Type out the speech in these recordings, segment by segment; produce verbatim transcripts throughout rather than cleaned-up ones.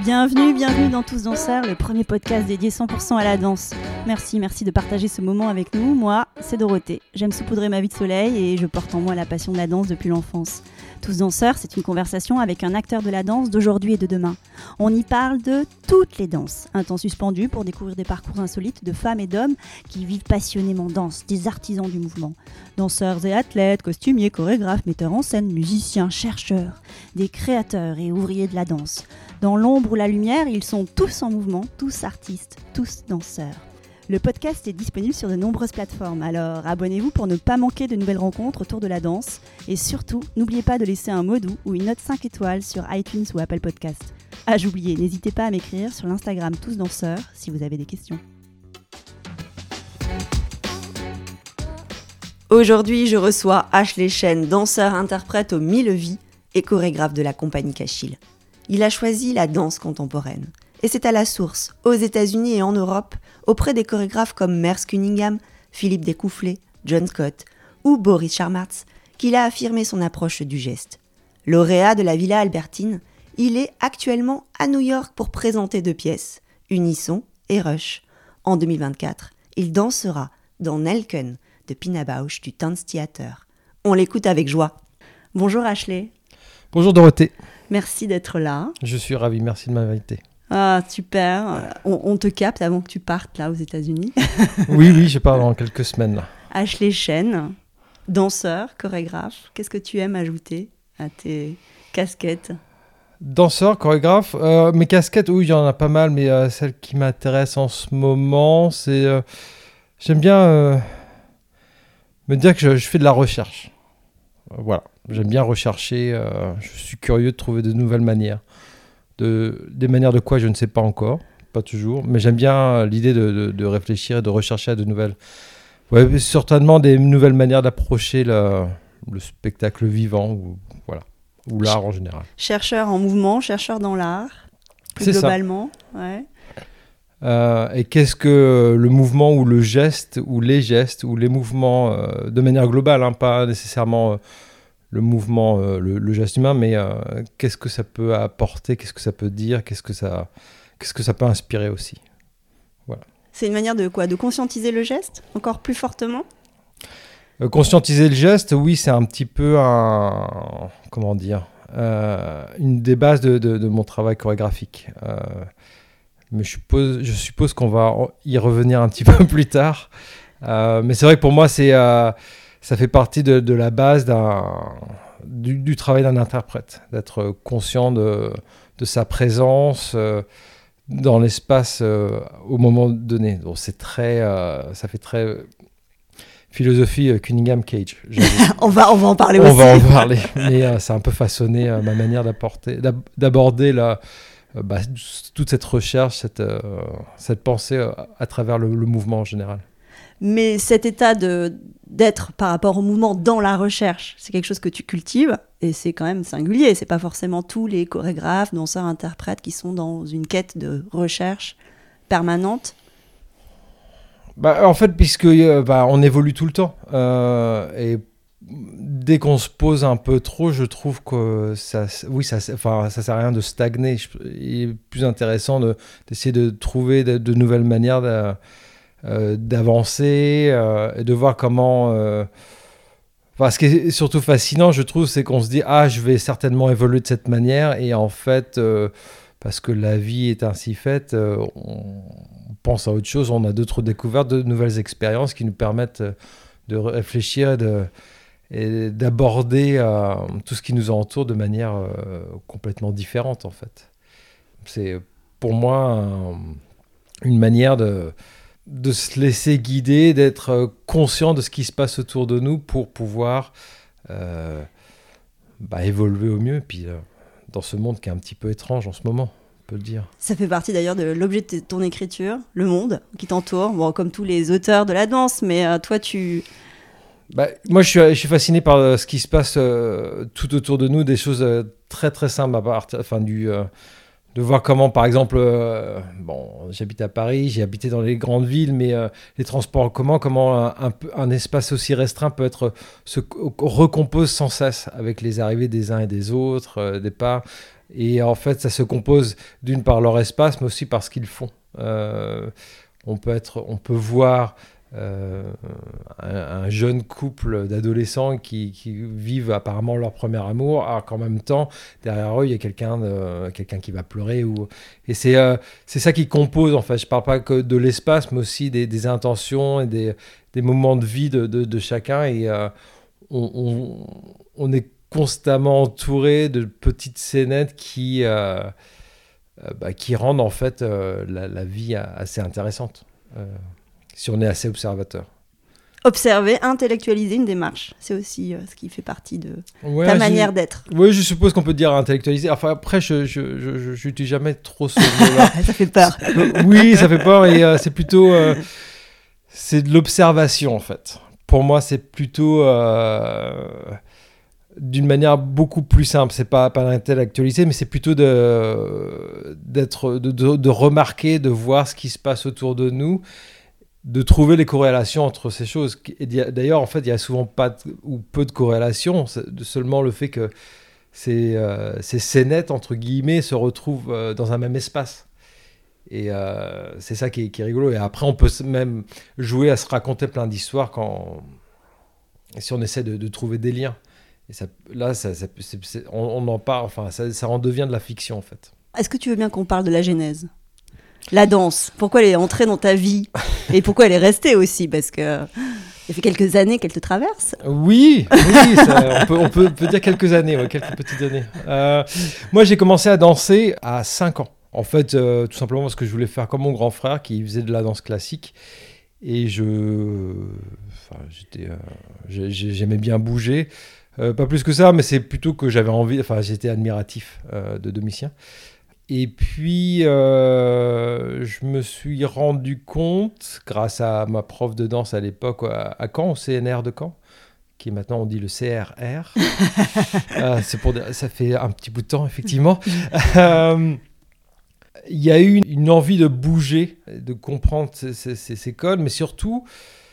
Bienvenue, bienvenue dans Tous Danseurs, le premier podcast dédié cent pour cent à la danse. Merci, merci de partager ce moment avec nous. Moi, c'est Dorothée. J'aime saupoudrer ma vie de soleil et je porte en moi la passion de la danse depuis l'enfance. Tous Danseurs, c'est une conversation avec un acteur de la danse d'aujourd'hui et de demain. On y parle de toutes les danses. Un temps suspendu pour découvrir des parcours insolites de femmes et d'hommes qui vivent passionnément danse, des artisans du mouvement. Danseurs et athlètes, costumiers, chorégraphes, metteurs en scène, musiciens, chercheurs, des créateurs et ouvriers de la danse. Dans l'ombre ou la lumière, ils sont tous en mouvement, tous artistes, tous danseurs. Le podcast est disponible sur de nombreuses plateformes, alors abonnez-vous pour ne pas manquer de nouvelles rencontres autour de la danse. Et surtout, n'oubliez pas de laisser un mot doux ou une note cinq étoiles sur iTunes ou Apple Podcast. Ah, j'oubliais, n'hésitez pas à m'écrire sur l'Instagram Tous Danseurs si vous avez des questions. Aujourd'hui, je reçois Ashley Chen, danseur-interprète aux mille vies et chorégraphe de la compagnie Cachille. Il a choisi la danse contemporaine. Et c'est à la source, aux États-Unis et en Europe, auprès des chorégraphes comme Merce Cunningham, Philippe Descoufflé, John Scott ou Boris Charmatz, qu'il a affirmé son approche du geste. Lauréat de la Villa Albertine, il est actuellement à New York pour présenter deux pièces, Unisson et Rush. En deux mille vingt-quatre, il dansera dans Nelken de Pina Bausch du Tanztheater. On l'écoute avec joie. Bonjour Ashley. Bonjour Dorothée. Merci d'être là. Je suis ravi, merci de m'inviter. Ah, super. On, on te capte avant que tu partes là aux États-Unis. oui, oui, je pars dans quelques semaines. Là. Ashley Chen, danseur, chorégraphe. Qu'est-ce que tu aimes ajouter à tes casquettes ? Danseur, chorégraphe. Euh, mes casquettes, oui, il y en a pas mal, mais euh, celle qui m'intéresse en ce moment, c'est... Euh, j'aime bien euh, me dire que je, je fais de la recherche. Euh, voilà, j'aime bien rechercher. Euh, je suis curieux de trouver de nouvelles manières. De, des manières de quoi je ne sais pas encore, pas toujours, mais j'aime bien l'idée de, de, de réfléchir et de rechercher à de nouvelles, ouais, certainement des nouvelles manières d'approcher le, le spectacle vivant ou, voilà, ou l'art Ch- en général. Chercheur en mouvement, chercheur dans l'art, plus C'est globalement. Ça. Ouais. Euh, et qu'est-ce que le mouvement ou le geste ou les gestes ou les mouvements euh, de manière globale, hein, pas nécessairement... Euh, le mouvement, euh, le, le geste humain, mais euh, qu'est-ce que ça peut apporter, qu'est-ce que ça peut dire, qu'est-ce que ça, qu'est-ce que ça peut inspirer aussi. Voilà. C'est une manière de quoi ? De conscientiser le geste encore plus fortement ? euh, Conscientiser le geste, oui, c'est un petit peu un, comment dire, euh, une des bases de, de, de mon travail chorégraphique. Euh, mais je suppose, je suppose qu'on va y revenir un petit peu plus tard. Euh, mais c'est vrai que pour moi, c'est... Euh, ça fait partie de, de la base d'un, du, du travail d'un interprète, d'être conscient de, de sa présence euh, dans l'espace euh, au moment donné. Donc c'est très, euh, ça fait très euh, philosophie euh, Cunningham-Cage. on, va, on va en parler on aussi. On va en parler, mais euh, ça a un peu façonné euh, ma manière d'apporter, d'ab- d'aborder la, euh, bah, toute cette recherche, cette, euh, cette pensée euh, à travers le, le mouvement en général. Mais cet état de, d'être par rapport au mouvement dans la recherche, c'est quelque chose que tu cultives et c'est quand même singulier. C'est pas forcément tous les chorégraphes, danseurs, interprètes qui sont dans une quête de recherche permanente. Bah, en fait, puisque euh, bah, on évolue tout le temps euh, et dès qu'on se pose un peu trop, je trouve que ça, oui, ça, enfin, ça sert à rien de stagner. Il est plus intéressant de, d'essayer de trouver de, de nouvelles manières de, Euh, d'avancer euh, et de voir comment... Euh... Enfin, ce qui est surtout fascinant, je trouve, c'est qu'on se dit « Ah, je vais certainement évoluer de cette manière » et en fait, euh, parce que la vie est ainsi faite, euh, on pense à autre chose, on a d'autres découvertes, de nouvelles expériences qui nous permettent de réfléchir et, de, et d'aborder euh, tout ce qui nous entoure de manière euh, complètement différente, en fait. C'est pour moi un, une manière de... de se laisser guider, d'être conscient de ce qui se passe autour de nous pour pouvoir euh, bah, évoluer au mieux. Et puis, euh, dans ce monde qui est un petit peu étrange en ce moment, on peut le dire. Ça fait partie d'ailleurs de l'objet de ton écriture, le monde qui t'entoure, bon, comme tous les auteurs de la danse, mais euh, toi, tu... Bah, moi, je suis, je suis fasciné par euh, ce qui se passe euh, tout autour de nous, des choses euh, très, très simples, à part, enfin, du... Euh, de voir comment, par exemple, euh, bon, j'habite à Paris, j'ai habité dans les grandes villes, mais euh, les transports en commun, comment un, un, un espace aussi restreint peut être, se recompose sans cesse avec les arrivées des uns et des autres, euh, départs. Et en fait, ça se compose d'une part leur espace, mais aussi par ce qu'ils font. Euh, on peut être, on peut voir euh, un, un jeune couple d'adolescents qui, qui vivent apparemment leur premier amour, alors qu'en même temps, derrière eux, il y a quelqu'un, de, quelqu'un qui va pleurer. Ou... Et c'est, euh, c'est ça qui compose, en fait. Je ne parle pas que de l'espace, mais aussi des, des intentions et des, des moments de vie de, de, de chacun. Et euh, on, on, on est constamment entouré de petites scénettes qui, euh, euh, bah, qui rendent en fait euh, la, la vie assez intéressante, euh, si on est assez observateur. Observer, intellectualiser une démarche, c'est aussi euh, ce qui fait partie de ouais, ta je, manière d'être. Oui, je suppose qu'on peut dire intellectualiser. Enfin, après, je je n'utilise jamais trop ce mot-là. Ça fait peur. Oui, ça fait peur, et euh, c'est plutôt... Euh, c'est de l'observation, en fait. Pour moi, c'est plutôt... Euh, d'une manière beaucoup plus simple. C'est pas, pas l'intellectualiser, mais c'est plutôt de, d'être, de, de, de remarquer, de voir ce qui se passe autour de nous, de trouver les corrélations entre ces choses. Et d'ailleurs, en fait, il y a souvent pas de, ou peu de corrélations, seulement le fait que ces, euh, ces scénettes, entre guillemets, se retrouvent euh, dans un même espace. Et euh, c'est ça qui est, qui est rigolo. Et après, on peut même jouer à se raconter plein d'histoires quand, si on essaie de, de trouver des liens. Et ça, là, ça, ça, c'est, c'est, on, on en parle, enfin, ça, ça en devient de la fiction, en fait. Est-ce que tu veux bien qu'on parle de la genèse ? La danse, pourquoi elle est entrée dans ta vie ? Et pourquoi elle est restée aussi ? Parce que ça fait quelques années qu'elle te traverse. Oui, oui ça, on, peut, on peut, peut dire quelques années, ouais, quelques petites années. Euh, moi, j'ai commencé à danser à cinq ans. En fait, euh, tout simplement parce que je voulais faire comme mon grand frère qui faisait de la danse classique. Et je, enfin, j'étais, euh, j'ai, j'aimais bien bouger. Euh, pas plus que ça, mais c'est plutôt que j'avais envie, enfin j'étais admiratif euh, de Domitien. Et puis euh, je me suis rendu compte, grâce à ma prof de danse à l'époque à, à Caen, au C N R de Caen, qui maintenant on dit le C R R. euh, c'est pour, ça fait un petit bout de temps effectivement. euh, Il y a eu une, une envie de bouger, de comprendre ces, ces, ces codes, mais surtout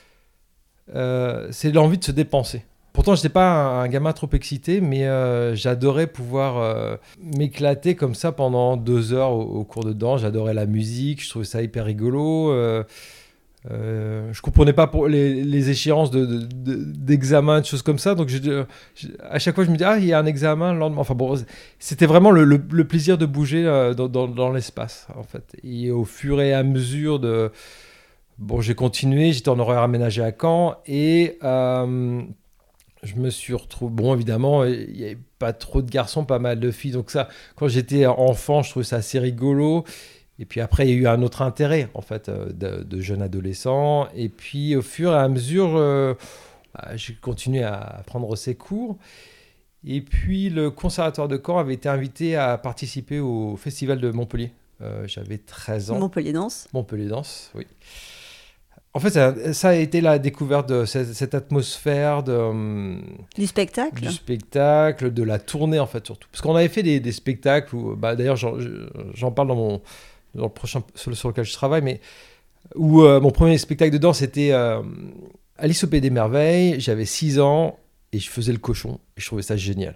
euh, c'est l'envie de se dépenser. Pourtant, je n'étais pas un, un gamin trop excité, mais euh, j'adorais pouvoir euh, m'éclater comme ça pendant deux heures au, au cours de danse. J'adorais la musique, je trouvais ça hyper rigolo. Euh, euh, je ne comprenais pas pour les, les échéances de, de, de, d'examen, de choses comme ça. Donc, je, je, à chaque fois, je me disais, ah, il y a un examen le lendemain. Enfin bon, c'était vraiment le, le, le plaisir de bouger euh, dans, dans, dans l'espace, en fait. Et au fur et à mesure de... Bon, j'ai continué, j'étais en horaire aménagé à Caen et... Euh, je me suis retrouvé... Bon, évidemment, il n'y avait pas trop de garçons, pas mal de filles. Donc ça, quand j'étais enfant, je trouvais ça assez rigolo. Et puis après, il y a eu un autre intérêt, en fait, de, de jeunes adolescents. Et puis, au fur et à mesure, euh, j'ai continué à prendre ces cours. Et puis, le Conservatoire de Caen avait été invité à participer au Festival de Montpellier. Euh, j'avais treize ans. Montpellier Danse. Montpellier Danse, oui. En fait, ça, ça a été la découverte de cette, cette atmosphère de, um, du spectacle, du spectacle, de la tournée en fait surtout. Parce qu'on avait fait des, des spectacles où, bah, d'ailleurs, j'en, j'en parle dans mon dans le prochain sur, sur lequel je travaille, mais où euh, mon premier spectacle de danse c'était euh, Alice au Pays des Merveilles. J'avais six ans et je faisais le cochon et je trouvais ça génial.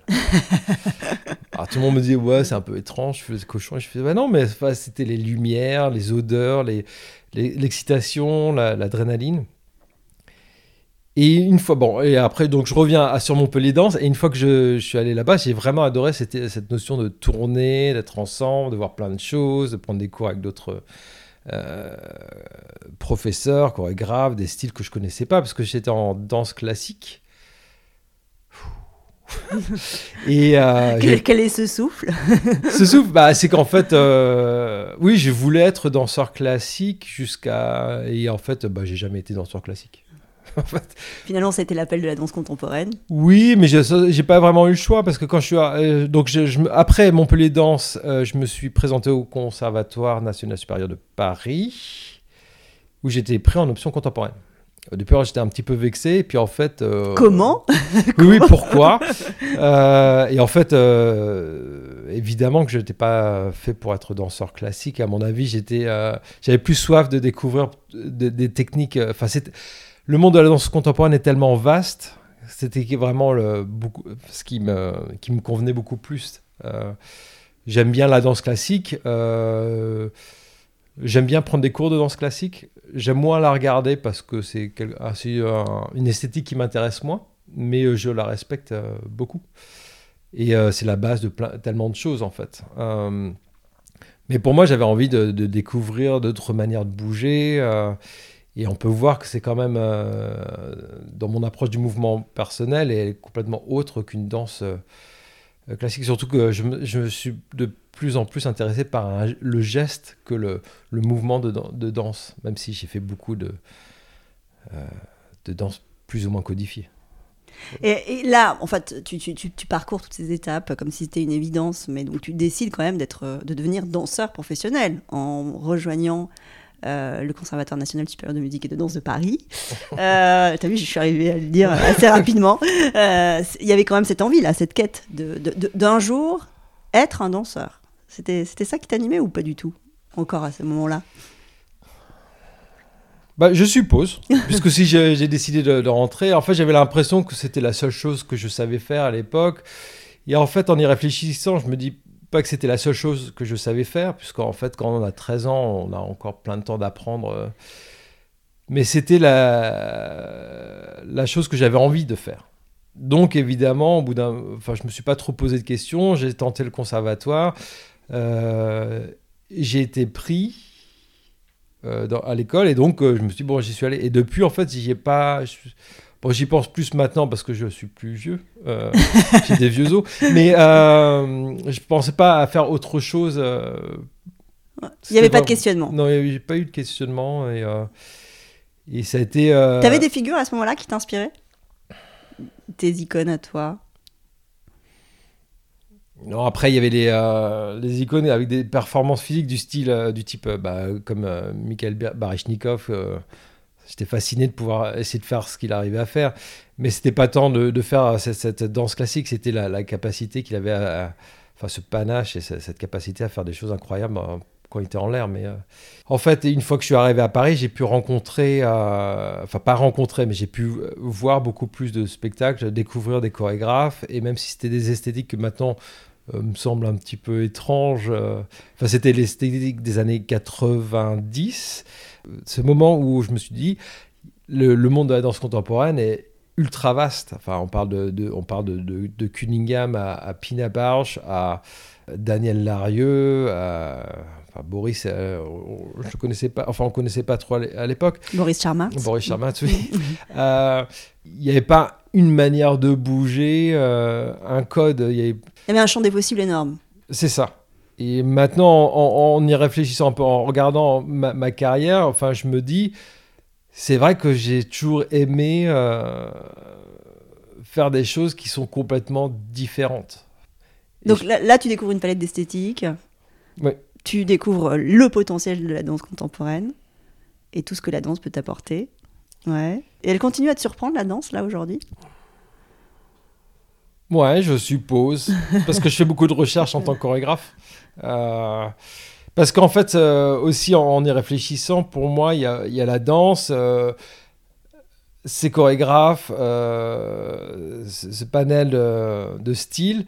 Alors tout le monde me disait ouais c'est un peu étrange, je faisais le cochon et je faisais bah non mais enfin, c'était les lumières, les odeurs, les l'excitation, la, l'adrénaline. Et une fois, bon, et après, donc je reviens à, sur Montpellier Danse, et une fois que je, je suis allé là-bas, j'ai vraiment adoré cette, cette notion de tourner, d'être ensemble, de voir plein de choses, de prendre des cours avec d'autres euh, professeurs, chorégraphes, des styles que je connaissais pas, parce que j'étais en danse classique. Et euh, quel, quel est ce souffle? Ce souffle, bah, c'est qu'en fait, euh, oui, je voulais être danseur classique jusqu'à... Et en fait, bah, j'ai jamais été danseur classique. En fait. Finalement, ça a été l'appel de la danse contemporaine. Oui, mais j'ai, j'ai pas vraiment eu le choix parce que quand je suis... Euh, donc je, je, après Montpellier Danse, euh, je me suis présenté au Conservatoire National Supérieur de Paris où j'étais pris en option contemporaine. Au départ, j'étais un petit peu vexé, et puis en fait... Euh, Comment Oui, oui, pourquoi euh, Et en fait, euh, évidemment que je n'étais pas fait pour être danseur classique. À mon avis, j'étais, euh, j'avais plus soif de découvrir de, des techniques... Enfin, c'était, le monde de la danse contemporaine est tellement vaste, c'était vraiment le, beaucoup, ce qui me, qui me convenait beaucoup plus. Euh, j'aime bien la danse classique. Euh, j'aime bien prendre des cours de danse classique. J'aime moins la regarder parce que c'est, quel, ah, c'est euh, une esthétique qui m'intéresse moins, mais euh, je la respecte euh, beaucoup. Et euh, c'est la base de plein, tellement de choses, en fait. Euh, mais pour moi, j'avais envie de, de découvrir d'autres manières de bouger. Euh, et on peut voir que c'est quand même, euh, dans mon approche du mouvement personnel, elle est complètement autre qu'une danse euh, classique. Surtout que je me, je me suis de plus en plus intéressé par un, le geste que le, le mouvement de, de danse, même si j'ai fait beaucoup de, euh, de danse plus ou moins codifiée. Et, et là, en fait, tu, tu, tu, tu parcours toutes ces étapes comme si c'était une évidence, mais donc tu décides quand même d'être, de devenir danseur professionnel en rejoignant euh, le Conservatoire national supérieur de musique et de danse de Paris. Euh, t'as vu, je suis arrivée à le dire assez rapidement. Euh, il y avait quand même cette envie, là, cette quête de, de, de, d'un jour être un danseur. C'était, c'était ça qui t'animait ou pas du tout, encore à ce moment-là? Bah, je suppose, puisque si j'ai, j'ai décidé de, de rentrer, en fait, j'avais l'impression que c'était la seule chose que je savais faire à l'époque. Et en fait, en y réfléchissant, je me dis pas que c'était la seule chose que je savais faire, puisqu'en fait, quand on a treize ans, on a encore plein de temps d'apprendre. Mais c'était la, la chose que j'avais envie de faire. Donc, évidemment, au bout d'un, enfin, je me suis pas trop posé de questions. J'ai tenté le conservatoire. Euh, j'ai été pris. Euh, dans, à l'école, et donc euh, je me suis dit, bon, j'y suis allé. Et depuis, en fait, j'y ai pas. Je, bon, j'y pense plus maintenant parce que je suis plus vieux. Euh, j'ai des vieux os. Mais euh, je pensais pas à faire autre chose. Euh, il n'y avait pas de questionnement. Non, il n'y avait pas eu de questionnement. Et, euh, et ça a été. Euh... Tu avais des figures à ce moment-là qui t'inspiraient? Tes icônes à toi? Non, après, il y avait les, euh, les icônes avec des performances physiques du style, euh, du type, euh, bah, comme euh, Mikhail Baryshnikov. Euh, j'étais fasciné de pouvoir essayer de faire ce qu'il arrivait à faire. Mais c'était pas tant de, de faire cette, cette danse classique, c'était la, la capacité qu'il avait à, à, enfin, ce panache et cette, cette capacité à faire des choses incroyables euh, quand il était en l'air. Mais euh... en fait, une fois que je suis arrivé à Paris, j'ai pu rencontrer, euh... enfin pas rencontrer, mais j'ai pu voir beaucoup plus de spectacles, découvrir des chorégraphes, et même si c'était des esthétiques que maintenant Euh, me semble un petit peu étrange. Euh, enfin, c'était l'esthétique des années quatre-vingt-dix. Ce moment où je me suis dit, le, le monde de la danse contemporaine est ultra vaste. Enfin, on parle de, de, on parle de, de, de Cunningham à, à Pina Bausch, à Daniel Larieux, à enfin, Boris. Euh, je connaissais pas. Enfin, on connaissait pas trop à l'époque. Boris Charmat. Boris Charmat, oui. euh, il n'y avait pas une manière de bouger, euh, un code. Il y avait Il y avait un champ des possibles énorme. C'est ça. Et maintenant, en, en y réfléchissant un peu, en regardant ma, ma carrière, enfin, je me dis, c'est vrai que j'ai toujours aimé euh, faire des choses qui sont complètement différentes. Et Donc je... là, là, tu découvres une palette d'esthétique. Oui. Tu découvres le potentiel de la danse contemporaine et tout ce que la danse peut t'apporter. Ouais. Et elle continue à te surprendre, la danse, là, aujourd'hui? Ouais, je suppose. Parce que je fais beaucoup de recherches en tant que chorégraphe. Euh, parce qu'en fait, euh, aussi en, en y réfléchissant, pour moi, il y a, y a la danse, euh, ces chorégraphes, euh, ce, ce panel de, de styles.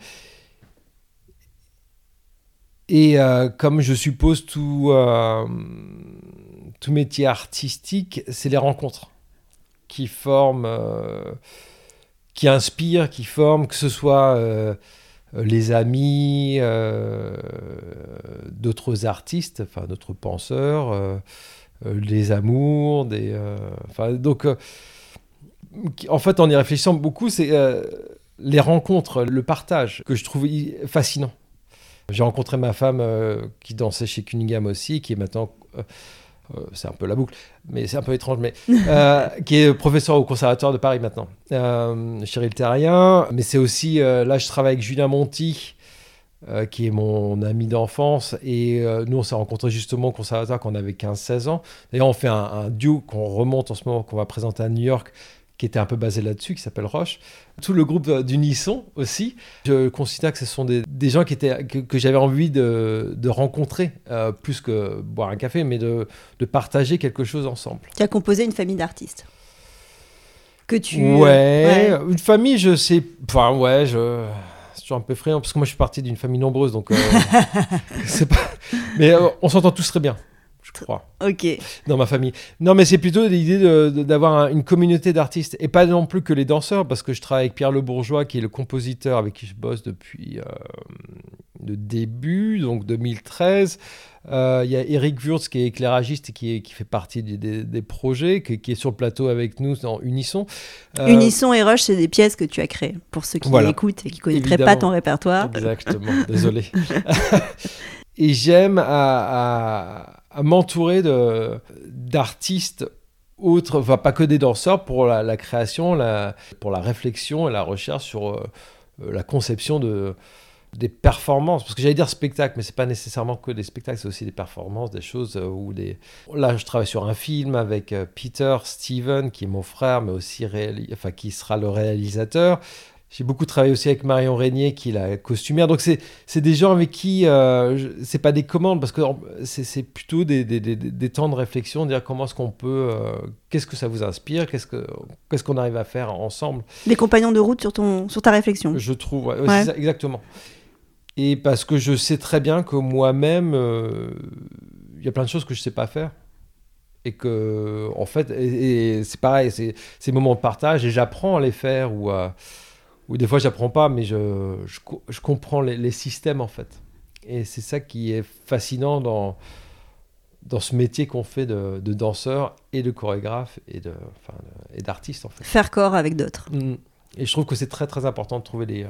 Et euh, comme je suppose tout, euh, tout métier artistique, c'est les rencontres qui forment... Euh, qui inspire, qui forme, que ce soit euh, les amis, euh, d'autres artistes, enfin d'autres penseurs, euh, euh, les amours, des, euh, enfin donc, euh, en fait, en y réfléchissant beaucoup, c'est euh, les rencontres, le partage que je trouve fascinant. J'ai rencontré ma femme euh, qui dansait chez Cunningham aussi, qui est maintenant euh, Euh, c'est un peu la boucle, mais c'est un peu étrange, mais euh, qui est professeur au Conservatoire de Paris maintenant, euh, Cheryl Terrien. Mais c'est aussi, euh, là je travaille avec Julien Monti, euh, qui est mon ami d'enfance, et euh, nous on s'est rencontrés justement au Conservatoire quand on avait quinze seize ans. D'ailleurs on fait un, un duo qu'on remonte en ce moment, qu'on va présenter à New York, qui était un peu basé là-dessus, qui s'appelle Roche. Tout le groupe d'Unisson aussi. Je considère que ce sont des, des gens qui étaient, que, que j'avais envie de, de rencontrer, euh, plus que boire un café, mais de, de partager quelque chose ensemble. Tu as composé une famille d'artistes que tu... Ouais, ouais. Une famille, je sais... Enfin, ouais, je... c'est toujours un peu effrayant parce que moi je suis parti d'une famille nombreuse, donc euh, c'est pas. Mais euh, on s'entend tous très bien, je crois. Ok. Dans ma famille. Non, mais c'est plutôt l'idée de, de, d'avoir un, une communauté d'artistes et pas non plus que les danseurs, parce que je travaille avec Pierre Le Bourgeois, qui est le compositeur avec qui je bosse depuis euh, le début, donc deux mille treize. Il euh, y a Eric Wurtz qui est éclairagiste et qui, est, qui fait partie des, des, des projets, qui, qui est sur le plateau avec nous dans Unisson. Euh, Unisson et Rush, c'est des pièces que tu as créées, pour ceux qui voilà. écoutent et qui ne connaîtraient Évidemment. pas ton répertoire. Exactement, désolé. Et j'aime à, à, à m'entourer de, d'artistes autres, enfin pas que des danseurs, pour la, la création, la, pour la réflexion et la recherche sur euh, la conception de... des performances, parce que j'allais dire spectacle, mais c'est pas nécessairement que des spectacles, c'est aussi des performances, des choses où des... Là, je travaille sur un film avec Peter Steven, qui est mon frère, mais aussi réali... enfin, qui sera le réalisateur. J'ai beaucoup travaillé aussi avec Marion Régnier, qui est la costumière. Donc, c'est, c'est des gens avec qui... Euh, je... c'est pas des commandes, parce que c'est, c'est plutôt des, des, des, des temps de réflexion, dire comment est-ce qu'on peut... Euh, qu'est-ce que ça vous inspire, qu'est-ce, que, qu'est-ce qu'on arrive à faire ensemble. Des compagnons de route sur, ton, sur ta réflexion. Je trouve, ouais, ouais. C'est ça, exactement. Et parce que je sais très bien que moi-même, il euh, y a plein de choses que je ne sais pas faire. Et que, en fait, et, et c'est pareil, c'est ces moments de partage, et j'apprends à les faire, ou, euh, ou des fois, je n'apprends pas, mais je, je, je comprends les, les systèmes, en fait. Et c'est ça qui est fascinant dans, dans ce métier qu'on fait de, de danseur et de chorégraphe et, de, enfin, de, et d'artiste, en fait. Faire corps avec d'autres. Et je trouve que c'est très, très important de trouver des... Euh,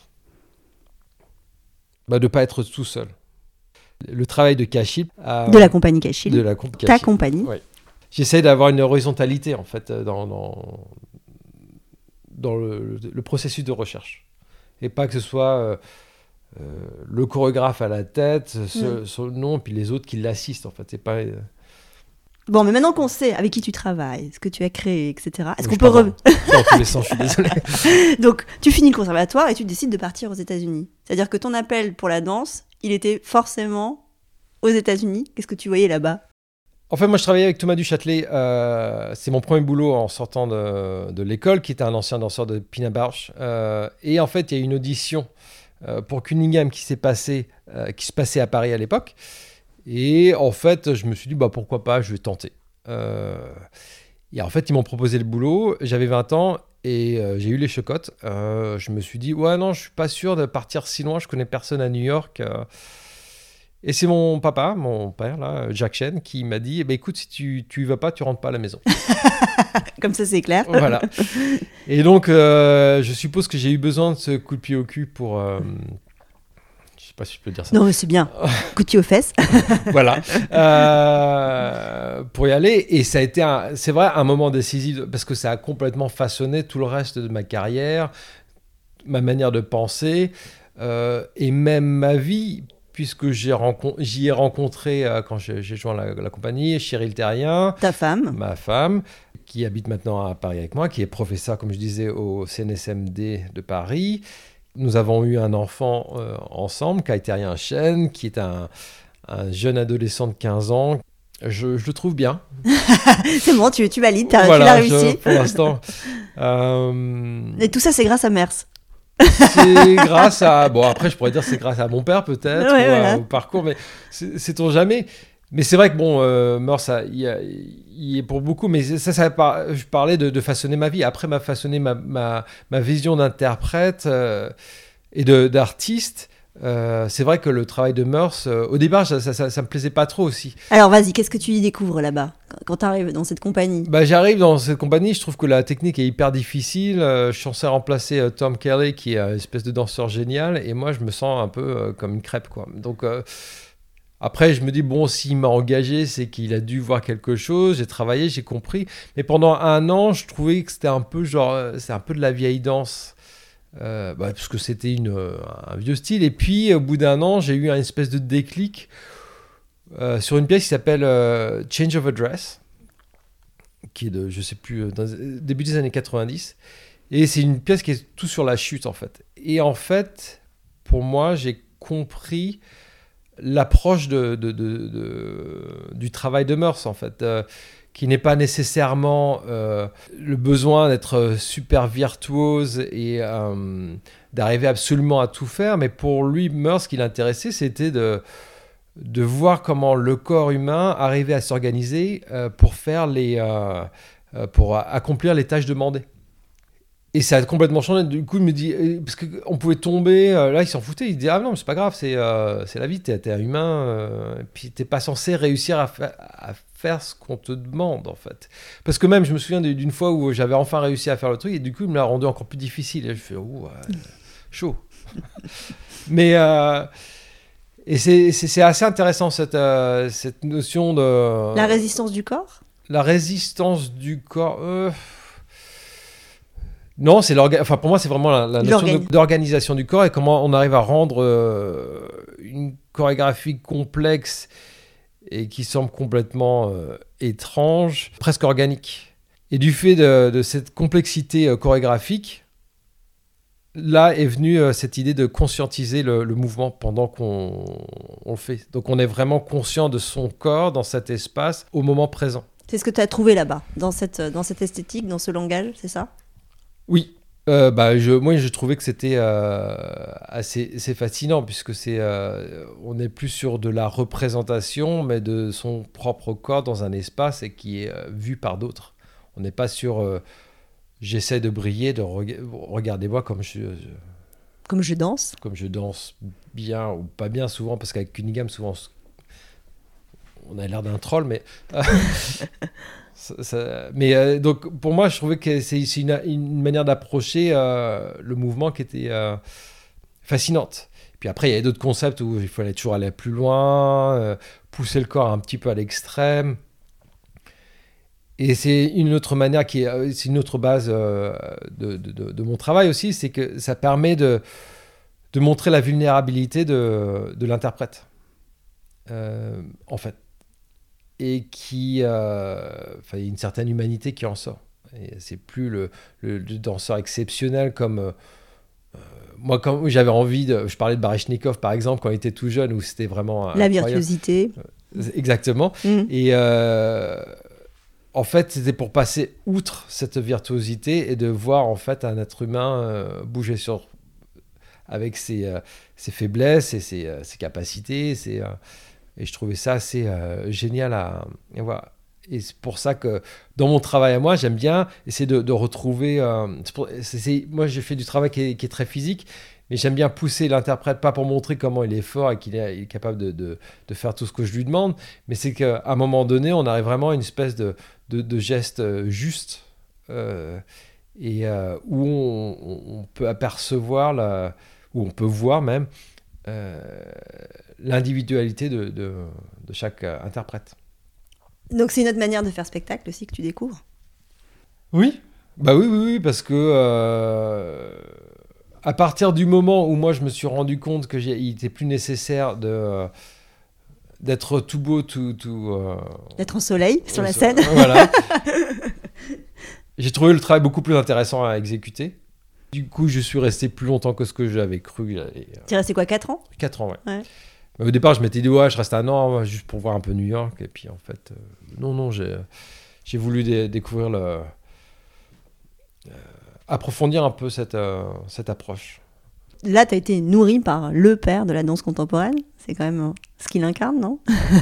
Bah de ne pas être tout seul. Le travail de Kachil... Euh, de la compagnie Kachil. De la comp- Ta compagnie. Oui. J'essaie d'avoir une horizontalité, en fait, dans, dans, dans le, le processus de recherche. Et pas que ce soit euh, euh, le chorégraphe à la tête, ce, mm. son nom, puis les autres qui l'assistent, en fait. C'est pas... Euh... Bon, mais maintenant qu'on sait avec qui tu travailles, ce que tu as créé, et cetera, est-ce oui, qu'on peut... Re... Dans tous les sens, je suis désolé. Donc, tu finis le conservatoire et tu décides de partir aux États-Unis. C'est-à-dire que ton appel pour la danse, il était forcément aux États-Unis. Qu'est-ce que tu voyais là-bas ? En fait, moi, je travaillais avec Thomas Duchâtelet. Euh, c'est mon premier boulot en sortant de, de l'école, qui était un ancien danseur de Pina Bausch. Euh, et en fait, il y a eu une audition euh, pour Cunningham qui s'est passée, euh, qui se passait à Paris à l'époque. Et en fait, je me suis dit, bah, pourquoi pas, je vais tenter. Euh, et en fait, ils m'ont proposé le boulot. J'avais vingt ans et euh, j'ai eu les chocottes. Euh, je me suis dit, ouais, non, je suis pas sûr de partir si loin. Je connais personne à New York. Euh, et c'est mon papa, mon père, là, Jack Chen, qui m'a dit, eh ben, écoute, si tu tu y vas pas, tu rentres pas à la maison. Comme ça, c'est clair. Voilà. Et donc, euh, je suppose que j'ai eu besoin de ce coup de pied au cul pour... Euh, je sais pas si je peux dire ça. Non, mais c'est bien. Coup de pied aux fesses. Voilà. Euh, pour y aller. Et ça a été, un, c'est vrai, un moment décisif parce que ça a complètement façonné tout le reste de ma carrière, ma manière de penser euh, et même ma vie, puisque j'ai rencon- j'y ai rencontré, euh, quand j'ai, j'ai joint la, la compagnie, Cheryl Terrien. Ta femme. Ma femme, qui habite maintenant à Paris avec moi, qui est professeur, comme je disais, au C N S M D de Paris. Nous avons eu un enfant euh, ensemble, Kai Terrien Chen, qui est un, un jeune adolescent de quinze ans. Je, je le trouve bien. C'est bon, tu, tu valides, t'as, voilà, tu l'as réussi. Je, pour l'instant. Euh... Et tout ça, c'est grâce à Mers. C'est grâce à... Bon, après, je pourrais dire c'est grâce à mon père, peut-être, ouais, ou voilà. à, au parcours, mais c'est, sait-on jamais. Mais c'est vrai que, bon, euh, Meurs, il y, y est pour beaucoup, mais ça, ça par, je parlais de, de façonner ma vie. Après, m'a façonné ma, ma, ma vision d'interprète euh, et de, d'artiste. Euh, c'est vrai que le travail de Meurs, euh, au départ, ça, ça, ça, ça me plaisait pas trop aussi. Alors, vas-y, qu'est-ce que tu y découvres là-bas, quand tu arrives dans cette compagnie ? Bah, j'arrive dans cette compagnie, je trouve que la technique est hyper difficile. Euh, je suis censé remplacer euh, Tom Kelly, qui est une espèce de danseur génial, et moi, je me sens un peu euh, comme une crêpe, quoi. Donc... Euh, Après, je me dis, bon, s'il m'a engagé, c'est qu'il a dû voir quelque chose. J'ai travaillé, j'ai compris. Mais pendant un an, je trouvais que c'était un peu genre, c'est un peu de la vieille danse. Euh, bah, parce que c'était une, un vieux style. Et puis, au bout d'un an, j'ai eu une espèce de déclic euh, sur une pièce qui s'appelle euh, Change of Address, qui est de, je sais plus, dans, début des années quatre-vingt-dix. Et c'est une pièce qui est tout sur la chute, en fait. Et en fait, pour moi, j'ai compris l'approche de, de, de, de, du travail de Meurs, en fait, euh, qui n'est pas nécessairement euh, le besoin d'être super virtuose et euh, d'arriver absolument à tout faire, mais pour lui, Moore, ce qui l'intéressait, c'était de, de voir comment le corps humain arrivait à s'organiser euh, pour faire les, euh, euh, pour accomplir les tâches demandées. Et ça a complètement changé. Du coup, il me dit, parce qu'on pouvait tomber, euh, là, il s'en foutait. Il dit, ah non, mais c'est pas grave, c'est, euh, c'est la vie, t'es, t'es un humain, euh, et puis t'es pas censé réussir à, fa- à faire ce qu'on te demande, en fait. Parce que même, je me souviens d'une fois où j'avais enfin réussi à faire le truc, et du coup, il me l'a rendu encore plus difficile. Et je fais, ouh, ouais, chaud. Mais, euh, et c'est, c'est, c'est assez intéressant, cette, euh, cette notion de... La résistance du corps ? La résistance du corps... Euh... Non, c'est l'orga... enfin, pour moi, c'est vraiment la, la notion de, d'organisation du corps et comment on arrive à rendre euh, une chorégraphie complexe et qui semble complètement euh, étrange, presque organique. Et du fait de, de cette complexité euh, chorégraphique, là est venue euh, cette idée de conscientiser le, le mouvement pendant qu'on on le fait. Donc on est vraiment conscient de son corps dans cet espace au moment présent. C'est ce que tu as trouvé là-bas, dans cette, dans cette esthétique, dans ce langage, c'est ça ? Oui, euh, bah je, moi je trouvais que c'était euh, assez, assez fascinant puisque c'est, euh, on est plus sur de la représentation mais de son propre corps dans un espace et qui est euh, vu par d'autres. On n'est pas sur euh, j'essaie de briller, de reg- regardez-moi comme je, je comme je danse, comme je danse bien ou pas bien souvent parce qu'avec Cunningham souvent on a l'air d'un troll mais Ça, ça, mais euh, donc pour moi je trouvais que c'est, c'est une, une manière d'approcher euh, le mouvement qui était euh, fascinante. Puis après il y avait d'autres concepts où il fallait toujours aller plus loin, euh, pousser le corps un petit peu à l'extrême. Et c'est une autre manière qui est, c'est une autre base euh, de, de, de, de mon travail aussi, c'est que ça permet de, de montrer la vulnérabilité de, de l'interprète euh, en fait. Et qui, euh, enfin, il y a une certaine humanité qui en sort. Et c'est plus le, le, le danseur exceptionnel comme euh, moi quand j'avais envie de, je parlais de Baryshnikov par exemple quand il était tout jeune où c'était vraiment la incroyable. Virtuosité. Exactement. Mm. Et euh, en fait, c'était pour passer outre cette virtuosité et de voir en fait un être humain euh, bouger sur avec ses, euh, ses faiblesses et ses, euh, ses capacités, ses euh, et je trouvais ça assez euh, génial à, à voir. Et c'est pour ça que dans mon travail à moi, j'aime bien essayer de, de retrouver... Euh, c'est pour, c'est, c'est, moi, j'ai fait du travail qui est, qui est très physique, mais j'aime bien pousser l'interprète, pas pour montrer comment il est fort et qu'il est, il est capable de, de, de faire tout ce que je lui demande, mais c'est qu'à un moment donné, on arrive vraiment à une espèce de, de, de geste juste euh, et euh, où on, on peut apercevoir, la, où on peut voir même... Euh, l'individualité de, de, de chaque euh, interprète. Donc c'est une autre manière de faire spectacle aussi que tu découvres ? Oui, bah oui, oui, oui parce que euh, à partir du moment où moi je me suis rendu compte que j'ai, il était plus nécessaire de euh, d'être tout beau, tout, tout euh, d'être en soleil sur euh, la scène. Voilà. J'ai trouvé le travail beaucoup plus intéressant à exécuter. Du coup, je suis resté plus longtemps que ce que j'avais cru. Tu es resté quoi, quatre ans ? quatre ans, ouais. ouais. Au départ, je m'étais dit, ouais, je reste un an juste pour voir un peu New York. Et puis, en fait, euh, non, non, j'ai, j'ai voulu dé- découvrir le. Euh, approfondir un peu cette, euh, cette approche. Là, tu as été nourri par le père de la danse contemporaine. C'est quand même ce qu'il incarne, non ?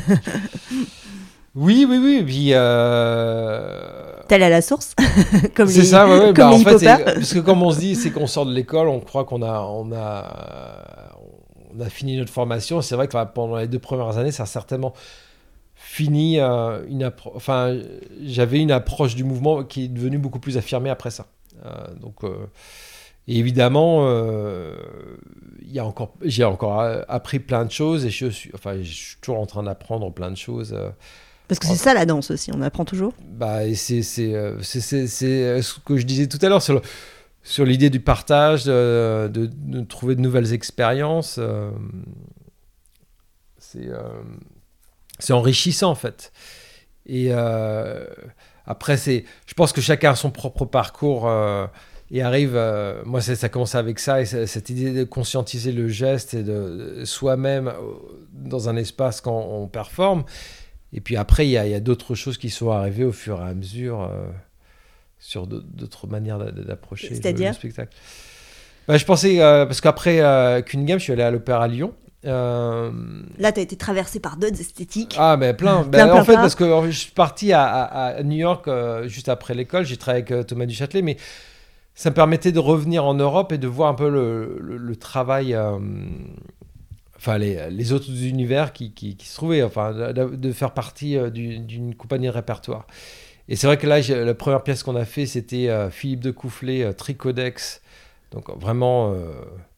Oui, oui, oui. Puis. Euh... Tel à la source, comme c'est les, ça, ouais, ouais. comme Bah, les en fait, hip-hoppers. parce que comme on se dit, c'est qu'on sort de l'école, on croit qu'on a, on a, on a fini notre formation. C'est vrai que pendant les deux premières années, ça a certainement fini euh, une appro- enfin, j'avais une approche du mouvement qui est devenue beaucoup plus affirmée après ça. Euh, donc, euh, et évidemment, euh, il y a encore, j'ai encore appris plein de choses et je suis, enfin, je suis toujours en train d'apprendre plein de choses. Euh, Parce que c'est ça la danse aussi, on apprend toujours. Bah, et c'est, c'est, c'est, c'est, c'est ce que je disais tout à l'heure sur, le, sur l'idée du partage, de, de, de trouver de nouvelles expériences. Euh, c'est, euh, c'est enrichissant en fait. Et euh, après, c'est, je pense que chacun a son propre parcours euh, et arrive. Euh, moi, c'est, ça commence avec ça et cette idée de conscientiser le geste et de, de soi-même dans un espace quand on performe. Et puis après, il y a, il y a d'autres choses qui sont arrivées au fur et à mesure euh, sur d'autres manières d'approcher C'est-à-dire le, le spectacle. Bah, je pensais, euh, parce qu'après euh, Cunningham, je suis allé à l'Opéra Lyon. Euh... Là, tu as été traversé par d'autres esthétiques. Ah, mais plein. plein, bah, plein en fait, plein. parce que je suis parti à, à, à New York euh, juste après l'école. J'ai travaillé avec euh, Thomas Duchâtelet, mais ça me permettait de revenir en Europe et de voir un peu le, le, le travail, euh, enfin les, les autres univers qui, qui, qui se trouvaient, enfin de, de faire partie euh, d'une compagnie de répertoire. Et c'est vrai que là, la première pièce qu'on a fait, c'était euh, Philippe de Coufflet, euh, Tricodex, donc vraiment, euh,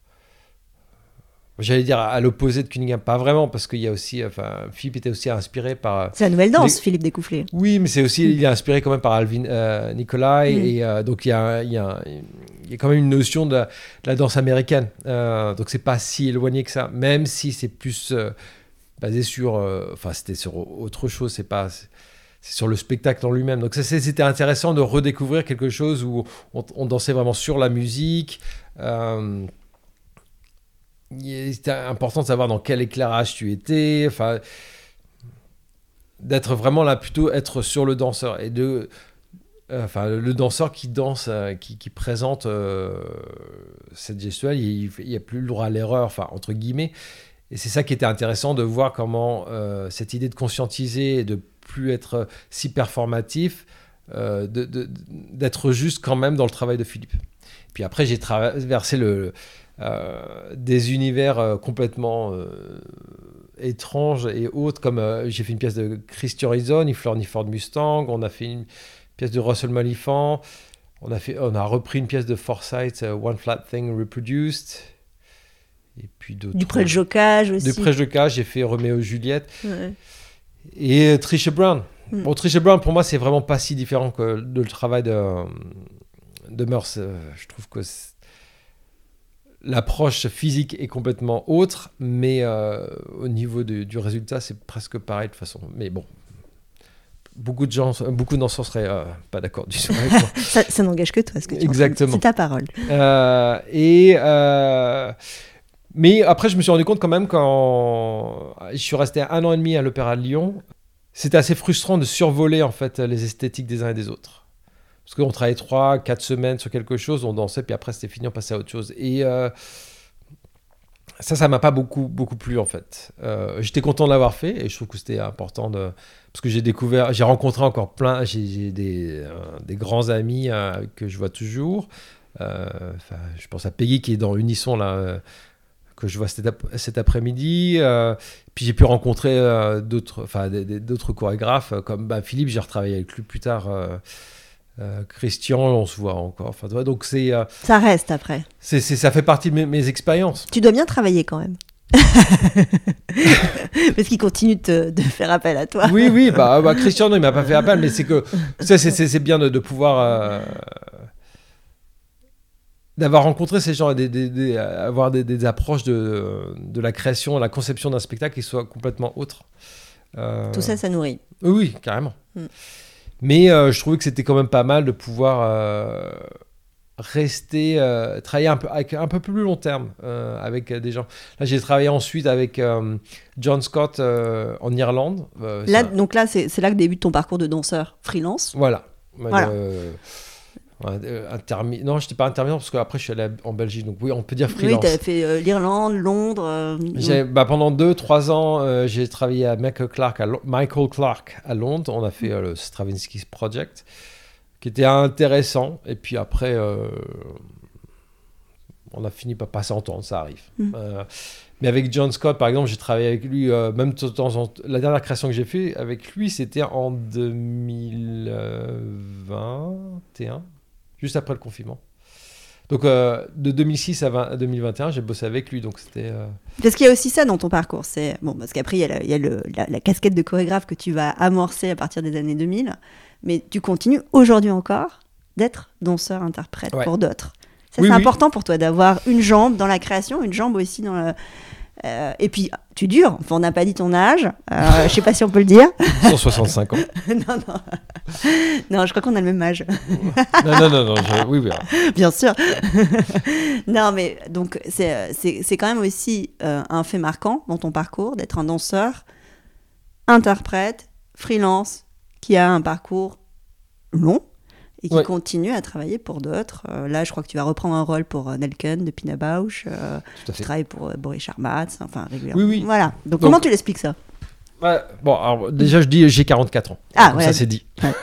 j'allais dire à l'opposé de Cunningham, pas vraiment, parce qu'il y a aussi, enfin Philippe était aussi inspiré par... C'est la nouvelle danse, les... Philippe Descoufflés. Oui, mais c'est aussi, mm. il est inspiré quand même par Alvin euh, Nicolai, mm. et euh, donc il y a, il y a, il y a quand même une notion de la, de la danse américaine, euh, donc c'est pas si éloigné que ça, même si c'est plus euh, basé sur, enfin euh, c'était sur autre chose, c'est pas... C'est, c'est sur le spectacle en lui-même. Donc ça, c'était intéressant de redécouvrir quelque chose où on, on dansait vraiment sur la musique. Euh, c'était important de savoir dans quel éclairage tu étais. Enfin, d'être vraiment là, plutôt être sur le danseur. Et de, euh, enfin, le danseur qui danse, euh, qui, qui présente euh, cette gestuelle, il n'y a plus le droit à l'erreur, enfin, entre guillemets. Et c'est ça qui était intéressant de voir comment euh, cette idée de conscientiser et de plus être si performatif, euh, de, de, d'être juste quand même dans le travail de Philippe. Puis après, j'ai traversé le, euh, des univers euh, complètement euh, étranges et autres, comme euh, j'ai fait une pièce de Christian Rison, ni Fleur ni Ford Mustang, on a fait une pièce de Russell Malifant, on a, fait, on a repris une pièce de Forsyth, uh, One Flat Thing Reproduced, et puis d'autres... Du pré-jocage aussi. Du pré-jocage, j'ai fait Roméo et Juliette. Ouais. Et Trisha Brown. Mm. Bon, Trisha Brown, pour moi, c'est vraiment pas si différent que de le travail de, de Meurs. Je trouve que l'approche physique est complètement autre, mais euh, au niveau de, du résultat, c'est presque pareil de toute façon. Mais bon, beaucoup de gens, beaucoup danseurs seraient euh, pas d'accord du tout avec moi. ça, ça n'engage que toi, ce que tu Exactement. C'est ta parole. Euh, et... Euh, Mais après, je me suis rendu compte quand même, quand je suis resté un an et demi à l'Opéra de Lyon, c'était assez frustrant de survoler en fait les esthétiques des uns et des autres. Parce qu'on travaillait trois, quatre semaines sur quelque chose, on dansait, puis après c'était fini, on passait à autre chose. Et euh, ça, ça m'a pas beaucoup, beaucoup plu en fait. Euh, j'étais content de l'avoir fait et je trouve que c'était important de... Parce que j'ai découvert, j'ai rencontré encore plein, j'ai, j'ai des, euh, des grands amis euh, que je vois toujours. Euh, je pense à Peggy qui est dans Unisson là. Euh, que je vois cet, ap- cet après-midi. Euh, puis j'ai pu rencontrer euh, d'autres, enfin, des, des, d'autres chorégraphes, comme bah, Philippe, j'ai retravaillé avec lui plus tard. Euh, euh, Christian, on se voit encore. Enfin, donc c'est, euh, ça reste après. C'est, c'est, ça fait partie de mes, mes expériences. Tu dois bien travailler quand même. Parce qu'il continue de, te, de faire appel à toi. Oui, oui. Bah, bah, Christian, non, il m'a pas fait appel, mais c'est que ça, c'est, c'est, c'est bien de, de pouvoir... Euh, d'avoir rencontré ces gens et des, des, des, avoir des, des approches de, de la création, la conception d'un spectacle qui soit complètement autre. Euh... Tout ça, ça nourrit. Oui, oui, carrément. Mm. Mais euh, je trouvais que c'était quand même pas mal de pouvoir euh, rester, euh, travailler un peu, avec un peu plus long terme euh, avec des gens. Là, j'ai travaillé ensuite avec euh, John Scott euh, en Irlande. Euh, là, donc là, c'est, c'est là que débute ton parcours de danseur freelance. Voilà. Voilà. Euh, Intermi... Non, je n'étais pas intermittent parce qu'après je suis allé en Belgique, donc oui, on peut dire freelance. Oui, tu as fait euh, l'Irlande, Londres. Euh... J'ai, bah, pendant deux trois ans, euh, j'ai travaillé à Michael Clark à, Lo- Michael Clark à Londres. On a fait euh, le Stravinsky Project, qui était intéressant. Et puis après, euh, on a fini par pas s'entendre, ça arrive. Mm. Euh, mais avec John Scott, par exemple, j'ai travaillé avec lui, euh, même de temps en temps. La dernière création que j'ai fait avec lui, c'était en deux mille vingt et un. Juste après le confinement. Donc, euh, de deux mille six à, vingt, à deux mille vingt et un, j'ai bossé avec lui. Donc c'était, euh... Parce qu'il y a aussi ça dans ton parcours. C'est... Bon, parce qu'après, il y a, la, il y a le, la, la casquette de chorégraphe que tu vas amorcer à partir des années deux mille. Mais tu continues aujourd'hui encore d'être danseur-interprète ouais. pour d'autres. Ça, oui, c'est oui. important pour toi d'avoir une jambe dans la création, une jambe aussi dans le... Euh, et puis, tu dures. Enfin, on n'a pas dit ton âge. Euh, je ne sais pas si on peut le dire. cent soixante-cinq ans. non, non. Non, je crois qu'on a le même âge. non, non, non. non je... Oui, oui. Bien sûr. non, mais donc, c'est, c'est, c'est quand même aussi euh, un fait marquant dans ton parcours d'être un danseur, interprète freelance qui a un parcours long et qui Ouais. continue à travailler pour d'autres. Euh, là, je crois que tu vas reprendre un rôle pour euh, Nelken de Pina Bausch. Euh, Tout à tu fait. travailles pour euh, Boris Charmatz, enfin régulièrement. Oui, oui. Voilà. Donc, Donc- comment tu l'expliques ça? Ouais, bon, alors, déjà, je dis j'ai quarante-quatre ans. Ah, Comme voilà. ça, c'est dit. Ouais.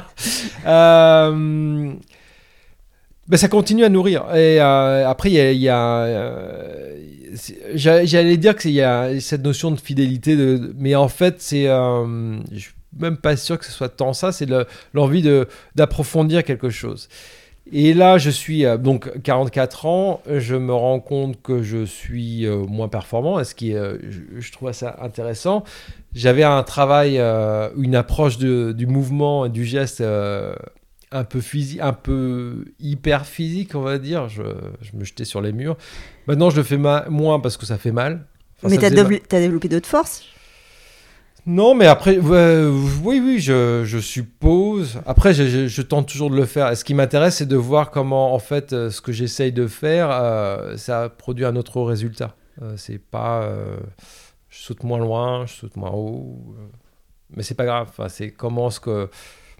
Euh, ben, ça continue à nourrir. Et euh, après, il y a. il y a, euh, c'est- j'a- j'allais dire qu'il y a cette notion de fidélité, de, mais en fait, c'est. Euh, je suis même pas sûr que ce soit tant ça, c'est le- l'envie de, d'approfondir quelque chose. Et là, je suis euh, donc quarante-quatre ans, je me rends compte que je suis euh, moins performant, ce qui est, euh, je, je trouve ça intéressant. J'avais un travail, euh, une approche de, du mouvement et du geste euh, un peu physique, un peu hyper physique, on va dire. Je, je me jetais sur les murs. Maintenant, je le fais ma- moins parce que ça fait mal. Enfin, Mais ça tu as faisait mal. développé d'autres forces? Non, mais après, ouais, oui, oui, je, je suppose. Après, je, je- je tente toujours de le faire. Et ce qui m'intéresse, c'est de voir comment, en fait, euh, ce que j'essaye de faire, euh, ça produit un autre résultat. Euh, c'est pas, euh, je saute moins loin, je saute moins haut, euh, mais c'est pas grave. Enfin, c'est comment ce que,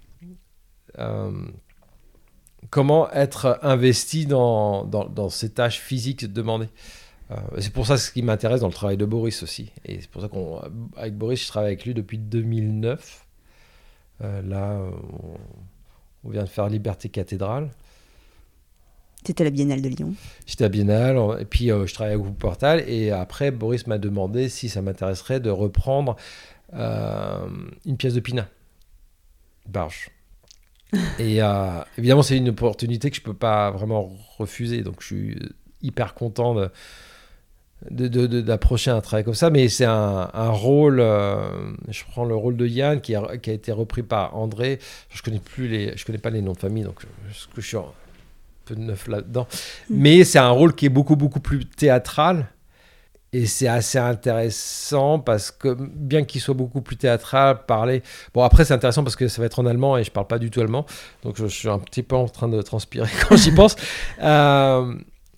euh, comment être investi dans, dans, dans ces tâches physiques demandées. Euh, c'est pour ça ce qui m'intéresse dans le travail de Boris aussi. Et c'est pour ça qu'avec Boris, je travaille avec lui depuis deux mille neuf. Euh, là, on, on vient de faire Liberté Cathédrale. C'était à la Biennale de Lyon. J'étais à Biennale, et puis euh, je travaillais au groupe Portal. Et après, Boris m'a demandé si ça m'intéresserait de reprendre euh, une pièce de Pina Bausch. Et euh, évidemment, c'est une opportunité que je ne peux pas vraiment refuser. Donc, je suis hyper content de. De, de, de, d'approcher un travail comme ça, mais c'est un, un rôle. Euh, je prends le rôle de Yann qui a, qui a été repris par André. Je connais plus les, je connais pas les noms de famille, donc je, je suis un peu neuf là-dedans. Mmh. Mais c'est un rôle qui est beaucoup beaucoup plus théâtral et c'est assez intéressant parce que bien qu'il soit beaucoup plus théâtral, parler. Bon après c'est intéressant parce que ça va être en allemand et je parle pas du tout allemand, donc je, je suis un petit peu en train de transpirer quand j'y pense. Euh,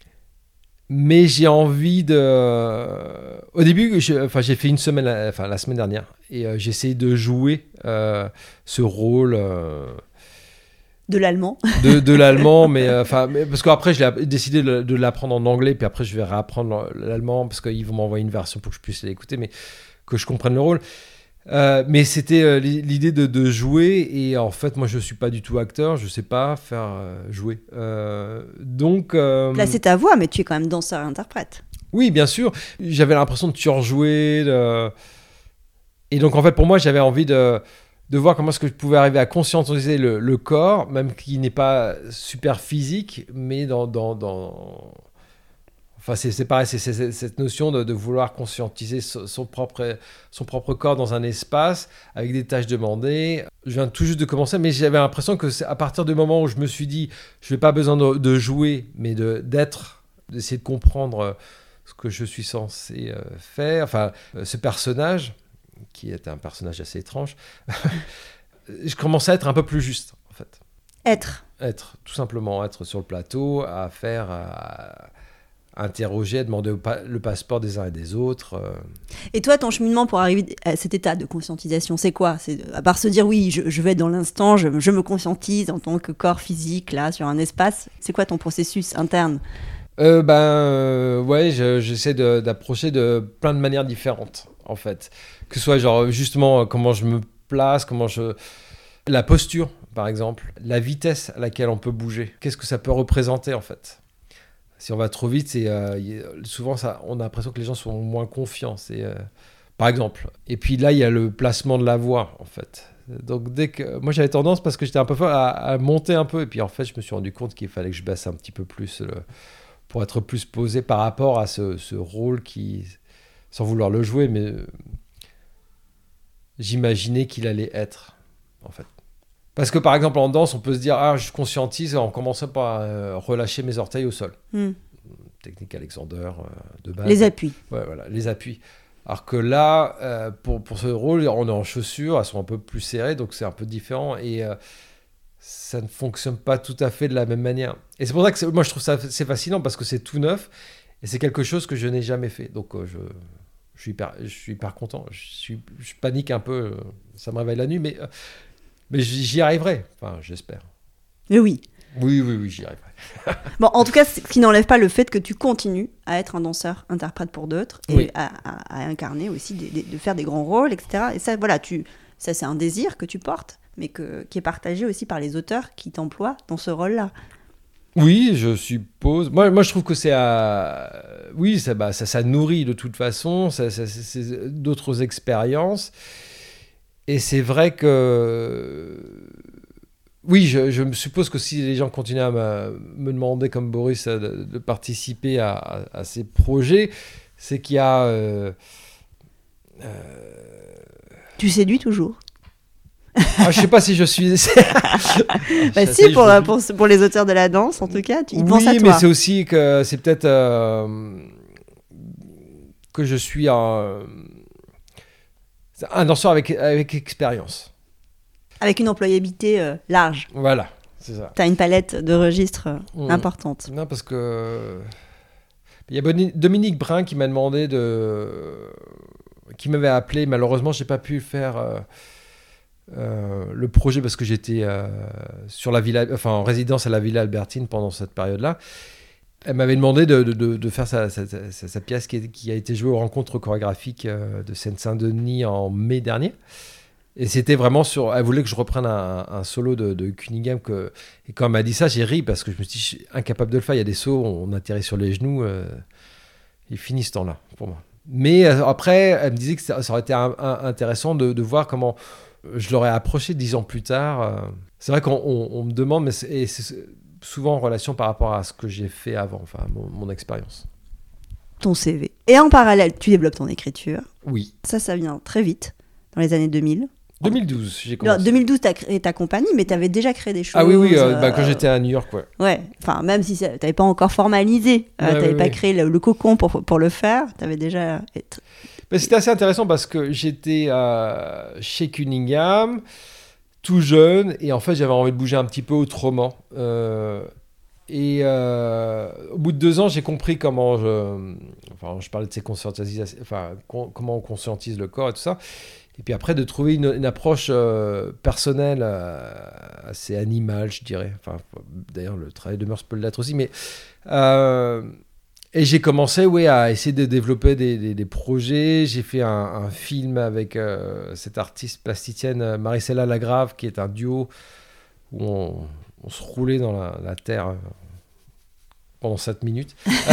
Mais j'ai envie de. Au début, je... enfin, j'ai fait une semaine, enfin la semaine dernière, et euh, j'ai essayé de jouer euh, ce rôle euh... de l'allemand. De, de l'allemand, mais enfin, euh, parce qu'après, j'ai décidé de, de l'apprendre en anglais, puis après, je vais réapprendre l'allemand parce qu'ils vont m'envoyer une version pour que je puisse l'écouter, mais que je comprenne le rôle. Euh, mais c'était euh, l'idée de, de jouer, et en fait moi je suis pas du tout acteur, je sais pas faire euh, jouer euh, donc euh... là c'est ta voix, mais tu es quand même danseur et interprète. Oui bien sûr, j'avais l'impression de surjouer de... et donc en fait pour moi j'avais envie de, de voir comment est-ce que je pouvais arriver à conscientiser le, le corps, même qui n'est pas super physique, mais dans, dans, dans... Enfin, c'est, c'est pareil, c'est, c'est, c'est cette notion de, de vouloir conscientiser son, son, propre, son propre corps dans un espace avec des tâches demandées. Je viens tout juste de commencer, mais j'avais l'impression que c'est à partir du moment où je me suis dit je n'ai pas besoin de, de jouer, mais de, d'être, d'essayer de comprendre ce que je suis censé euh, faire. Enfin, euh, ce personnage, qui est un personnage assez étrange, je commençais à être un peu plus juste, en fait. Être. Être, tout simplement, être sur le plateau, à faire... À, interroger, à demander le passeport des uns et des autres. Et toi, ton cheminement pour arriver à cet état de conscientisation, c'est quoi? C'est, à part se dire, oui, je, je vais être dans l'instant, je, je me conscientise en tant que corps physique, là, sur un espace. C'est quoi ton processus interne? euh, Ben, euh, ouais, je, j'essaie de, d'approcher de plein de manières différentes, en fait. Que ce soit, genre, justement, comment je me place, comment je... La posture, par exemple. La vitesse à laquelle on peut bouger. Qu'est-ce que ça peut représenter, en fait? Si on va trop vite, c'est, euh, souvent ça, on a l'impression que les gens sont moins confiants. C'est, euh, par exemple. Et puis là, il y a le placement de la voix, en fait. Donc dès que moi j'avais tendance, parce que j'étais un peu fort, à, à monter un peu. Et puis en fait, je me suis rendu compte qu'il fallait que je baisse un petit peu plus le, pour être plus posé par rapport à ce, ce rôle qui, sans vouloir le jouer, mais euh, j'imaginais qu'il allait être, en fait. Parce que par exemple en danse, on peut se dire ah je conscientise en commençant par euh, relâcher mes orteils au sol. Mm. Technique Alexander euh, de base. Les appuis. Ouais voilà, les appuis. Alors que là, euh, pour pour ce rôle, on est en chaussures, elles sont un peu plus serrées, donc c'est un peu différent et euh, ça ne fonctionne pas tout à fait de la même manière. Et c'est pour ça que moi je trouve ça c'est fascinant parce que c'est tout neuf et c'est quelque chose que je n'ai jamais fait. Donc euh, je je suis hyper, je suis hyper content. Je, suis, je panique un peu, ça me réveille la nuit, mais, mais j'y arriverai. Enfin, j'espère. Mais oui. Oui, oui, oui, j'y arriverai. Bon, en tout cas, ce qui n'enlève pas le fait que tu continues à être un danseur interprète pour d'autres et oui. à, à, à incarner aussi, des, des, de faire des grands rôles, et cetera. Et ça, voilà, tu, ça c'est un désir que tu portes, mais que, qui est partagé aussi par les auteurs qui t'emploient dans ce rôle-là. Oui, je suppose. Moi, moi je trouve que c'est... À... Oui, ça, bah, ça, ça nourrit de toute façon, ça, ça, c'est d'autres expériences. Et c'est vrai que... Oui, je, je me suppose que si les gens continuent à me, me demander, comme Boris, de, de participer à, à, à ces projets, c'est qu'il y a... Euh, euh... Tu séduis toujours. Ah, je sais pas si je suis. bah si, pour, je... pour, pour les auteurs de la danse, en tout cas, tu, ils oui, pensent à toi. Oui, mais c'est aussi que c'est peut-être euh, que je suis un, un danseur avec, avec expérience. Avec une employabilité euh, large. Voilà, c'est ça. Tu as une palette de registres euh, mmh. importante. Non, parce que il y a Dominique Brun qui m'a demandé de, qui m'avait appelé. Malheureusement, j'ai pas pu le faire. Euh... Euh, le projet parce que j'étais euh, sur la villa, enfin en résidence à la Villa Albertine pendant cette période-là. Elle m'avait demandé de, de, de faire sa, sa, sa, sa pièce qui, est, qui a été jouée aux rencontres chorégraphiques euh, de Seine-Saint-Denis en mai dernier. Et c'était vraiment sur... Elle voulait que je reprenne un, un solo de, de Cunningham. Que, et quand elle m'a dit ça, j'ai ri parce que je me suis dit, je suis incapable de le faire. Il y a des sauts, on atterrit sur les genoux. Euh, il finit ce temps-là pour moi. Mais euh, après, elle me disait que ça, ça aurait été un, un, intéressant de, de voir comment... Je l'aurais approché dix ans plus tard. C'est vrai qu'on on, on me demande, mais c'est, c'est souvent en relation par rapport à ce que j'ai fait avant, enfin mon, mon expérience. Ton C V. Et en parallèle, tu développes ton écriture. Oui. Ça, ça vient très vite, dans les années deux mille. deux mille douze, j'ai commencé. Non, deux mille douze, tu as créé ta compagnie, mais tu avais déjà créé des choses. Ah oui, oui, euh, euh, bah, quand j'étais à New York, ouais. Ouais, enfin, même si tu n'avais pas encore formalisé, euh, ouais, tu n'avais oui, pas oui. créé le, le cocon pour, pour le faire, tu avais déjà... Été... Mais c'était assez intéressant parce que j'étais euh, chez Cunningham, tout jeune, et en fait j'avais envie de bouger un petit peu autrement. Euh, et euh, au bout de deux ans, j'ai compris comment je, enfin, je parlais de ces conscientisations, enfin, con, comment on conscientise le corps et tout ça. Et puis après, de trouver une, une approche euh, personnelle euh, assez animale, je dirais. Enfin, d'ailleurs, le travail de mœurs peut l'être aussi, mais... Euh, Et j'ai commencé ouais, à essayer de développer des, des, des projets. J'ai fait un, un film avec euh, cette artiste plasticienne Maricela Lagrave, qui est un duo où on, on se roulait dans la, la terre pendant sept minutes.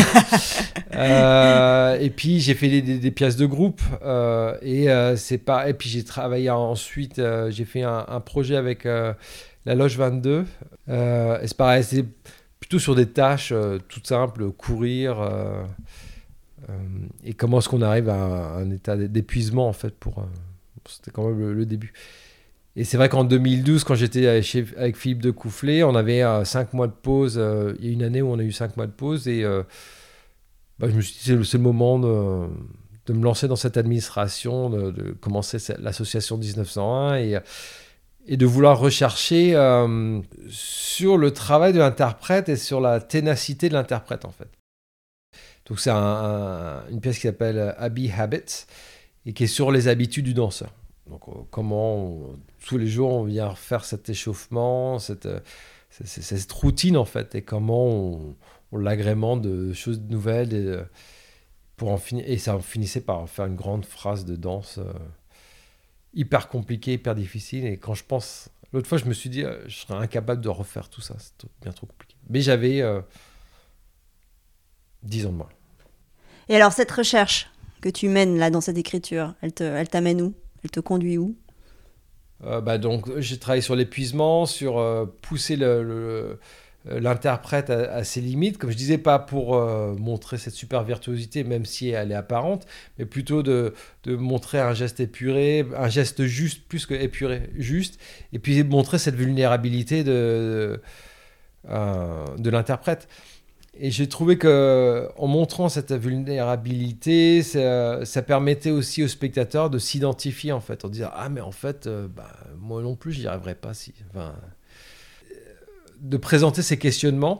euh, et puis j'ai fait des, des, des pièces de groupe. Euh, et, euh, c'est pas... et puis j'ai travaillé ensuite, euh, j'ai fait un, un projet avec euh, la Loge vingt-deux. Euh, et c'est pareil, c'est... plutôt sur des tâches euh, toutes simples, courir, euh, euh, et comment est-ce qu'on arrive à un, un état d'épuisement, en fait, pour, euh, c'était quand même le, le début. Et c'est vrai qu'en deux mille douze, quand j'étais chez, avec Philippe de Coufflet, on avait euh, cinq mois de pause, euh, il y a une année où on a eu cinq mois de pause, et euh, bah, je me suis dit, c'est, c'est le moment de, de me lancer dans cette administration, de, de commencer l'association dix-neuf cent un, et... et de vouloir rechercher euh, sur le travail de l'interprète et sur la ténacité de l'interprète, en fait. Donc c'est un, un, une pièce qui s'appelle Habit Habits et qui est sur les habitudes du danseur. Donc euh, comment on, tous les jours on vient faire cet échauffement, cette, cette, cette, cette routine, en fait, et comment on, on l'agrémente de choses nouvelles, et, pour en finir, et ça finissait par faire une grande phrase de danse euh, hyper compliqué, hyper difficile. Et quand je pense... L'autre fois, je me suis dit, euh, je serais incapable de refaire tout ça. C'est bien trop compliqué. Mais j'avais euh, dix ans de moins. Et alors, cette recherche que tu mènes là dans cette écriture, elle, te, elle t'amène où ? Elle te conduit où ? euh, bah donc, j'ai travaillé sur l'épuisement, sur euh, pousser le... le l'interprète à, à ses limites, comme je disais, pas pour euh, montrer cette super virtuosité, même si elle est apparente, mais plutôt de, de montrer un geste épuré, un geste juste, plus que épuré, juste, et puis montrer cette vulnérabilité de, de, euh, de l'interprète. Et j'ai trouvé qu'en montrant cette vulnérabilité, ça, ça permettait aussi aux spectateurs de s'identifier, en fait, en disant « Ah, mais en fait, euh, bah, moi non plus, j'y arriverais pas si... » enfin, de présenter ces questionnements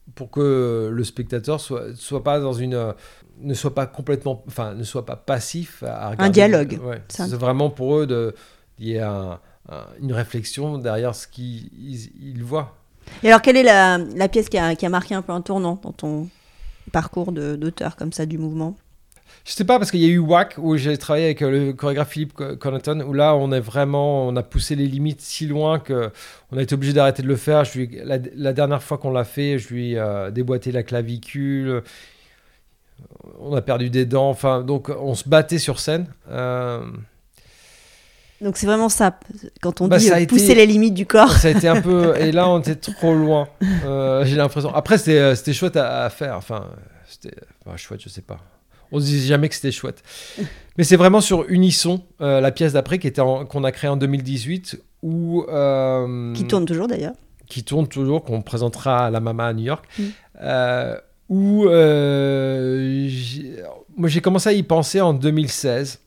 pour que le spectateur soit, soit pas dans une, euh, ne soit pas complètement, enfin, ne soit pas passif à regarder. Un dialogue. Ouais. C'est, c'est un... vraiment pour eux de, il y a un, un, une réflexion derrière ce qu'ils ils, ils voient. Et alors, quelle est la, la pièce qui a, qui a marqué un peu un tournant dans ton parcours de, d'auteur comme ça du mouvement? Je sais pas, parce qu'il y a eu W A C où j'ai travaillé avec le chorégraphe Philippe Connaughton, où là on est vraiment, on a poussé les limites si loin que on a été obligé d'arrêter de le faire. Je lui, la, la dernière fois qu'on l'a fait, je lui ai euh, déboîté la clavicule, on a perdu des dents, enfin donc on se battait sur scène. Euh... Donc c'est vraiment ça, quand on bah, dit ça euh, été, pousser les limites du corps. Ça a été un peu, et là on était trop loin. Euh, j'ai l'impression. Après c'était, c'était chouette à, à faire, enfin c'était, enfin, chouette, je sais pas. On se disait jamais que c'était chouette. Mais c'est vraiment sur Unisson, euh, la pièce d'après qui était en, qu'on a créée en deux mille dix-huit. Où, euh, qui tourne toujours d'ailleurs. Qui tourne toujours, qu'on présentera à la Mama à New York. Mm. Euh, où euh, j'ai, moi j'ai commencé à y penser en deux mille seize.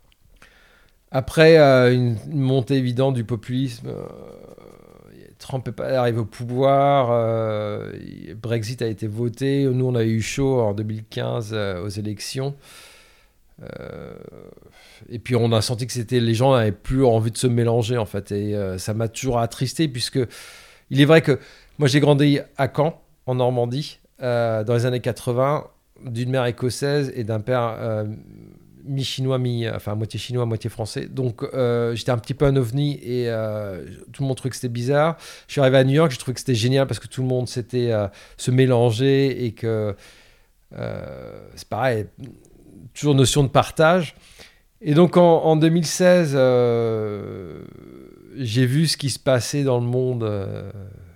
Après euh, une, une montée évidente du populisme. Euh, Trump est arrivé au pouvoir, euh, Brexit a été voté, nous on a eu chaud en deux mille quinze euh, aux élections, euh, et puis on a senti que c'était, les gens n'avaient plus envie de se mélanger en fait, et euh, ça m'a toujours attristé, puisque il est vrai que moi j'ai grandi à Caen, en Normandie, euh, dans les années quatre-vingts, d'une mère écossaise et d'un père euh, mi-chinois, mi, enfin moitié chinois, moitié français. Donc euh, j'étais un petit peu un ovni et euh, tout le monde trouvait que c'était bizarre. Je suis arrivé à New York, j'ai trouvé que c'était génial parce que tout le monde s'était euh, se mélangeait et que euh, c'est pareil, toujours notion de partage. Et donc en, en deux mille seize, euh, j'ai vu ce qui se passait dans le monde. Euh,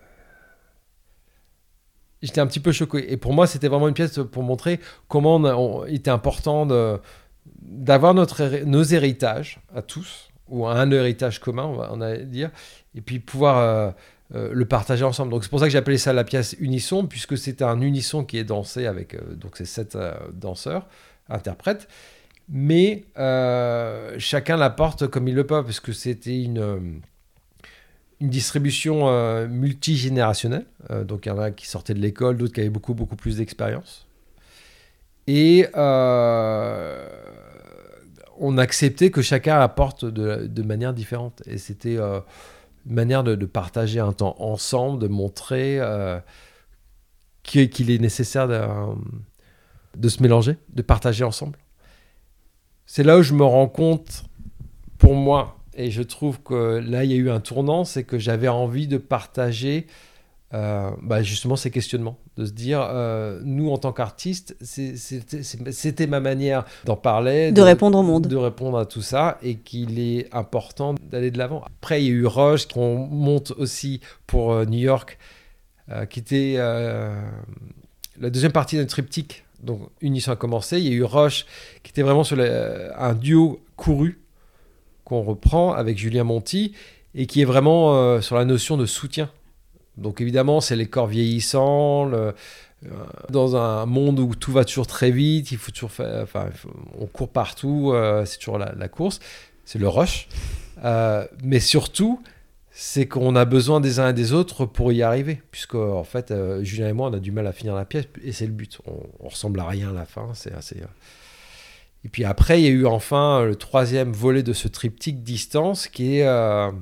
j'étais un petit peu choqué. Et pour moi, c'était vraiment une pièce pour montrer comment on, on, il était important de d'avoir notre, nos héritages à tous, ou un héritage commun, on va, on va dire, et puis pouvoir euh, euh, le partager ensemble. Donc c'est pour ça que j'ai appelé ça la pièce Unisson, puisque c'est un unisson qui est dansé avec euh, donc ces sept euh, danseurs, interprètes, mais euh, chacun l'apporte comme il le peut, parce que c'était une, une distribution euh, multigénérationnelle, euh, donc il y en a qui sortaient de l'école, d'autres qui avaient beaucoup, beaucoup plus d'expérience. Et euh, on acceptait que chacun apporte de, de manière différente. Et c'était euh, une manière de, de partager un temps ensemble, de montrer euh, qu'il, qu'il est nécessaire de, de se mélanger, de partager ensemble. C'est là où je me rends compte, pour moi, et je trouve que là, il y a eu un tournant, c'est que j'avais envie de partager Euh, bah justement ces questionnements, de se dire euh, nous en tant qu'artistes c'est, c'était, c'était ma manière d'en parler, de, de répondre au monde, de répondre à tout ça, et qu'il est important d'aller de l'avant. Après il y a eu Rush qu'on monte aussi pour euh, New York, euh, qui était euh, la deuxième partie d'un triptyque. Donc Unisson a commencé, il y a eu Rush qui était vraiment sur la, un duo couru qu'on reprend avec Julien Monti, et qui est vraiment euh, sur la notion de soutien. Donc évidemment, c'est les corps vieillissants, le, euh, dans un monde où tout va toujours très vite, il faut toujours faire, enfin, il faut, on court partout, euh, c'est toujours la, la course, c'est le rush. Euh, mais surtout, c'est qu'on a besoin des uns et des autres pour y arriver, puisque en fait, euh, Julien et moi, on a du mal à finir la pièce, et c'est le but. On, on ressemble à rien à la fin, c'est assez. Euh... Et puis après, il y a eu enfin le troisième volet de ce triptyque Distance, qui est euh,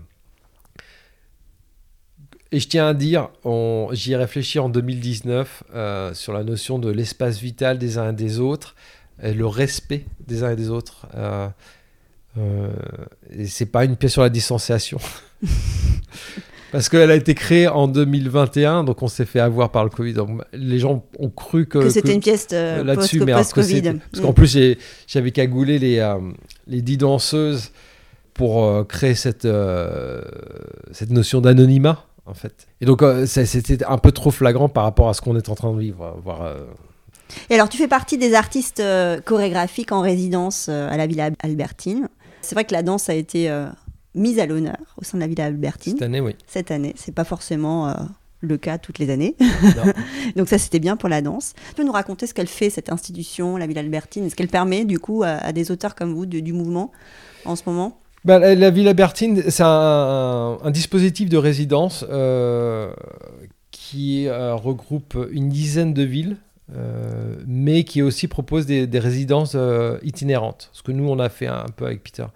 et je tiens à dire, on, j'y ai réfléchi en deux mille dix-neuf euh, sur la notion de l'espace vital des uns et des autres, et le respect des uns et des autres. Euh, euh, et c'est pas une pièce sur la distanciation. Parce qu'elle a été créée en deux mille vingt et un, donc on s'est fait avoir par le Covid. Donc les gens ont cru que, que c'était que, une pièce euh, là-dessus, post- mais post-Covid. Que parce qu'en plus, j'ai, j'avais cagoulé les, euh, les dix danseuses pour euh, créer cette, euh, cette notion d'anonymat. En fait. Et donc, euh, ça, c'était un peu trop flagrant par rapport à ce qu'on est en train de vivre. Voire, euh... Et alors, tu fais partie des artistes euh, chorégraphiques en résidence euh, à la Villa Albertine. C'est vrai que la danse a été euh, mise à l'honneur au sein de la Villa Albertine. Cette année, oui. Cette année. C'est pas forcément euh, le cas toutes les années. Donc ça, c'était bien pour la danse. Tu peux nous raconter ce qu'elle fait, cette institution, la Villa Albertine, et ce qu'elle permet, du coup, à, à des auteurs comme vous de, du mouvement en ce moment? Bah, la, la Villa Albertine, c'est un, un, un dispositif de résidence euh, qui euh, regroupe une dizaine de villes, euh, mais qui aussi propose des, des résidences euh, itinérantes. Ce que nous, on a fait un, un peu avec Peter.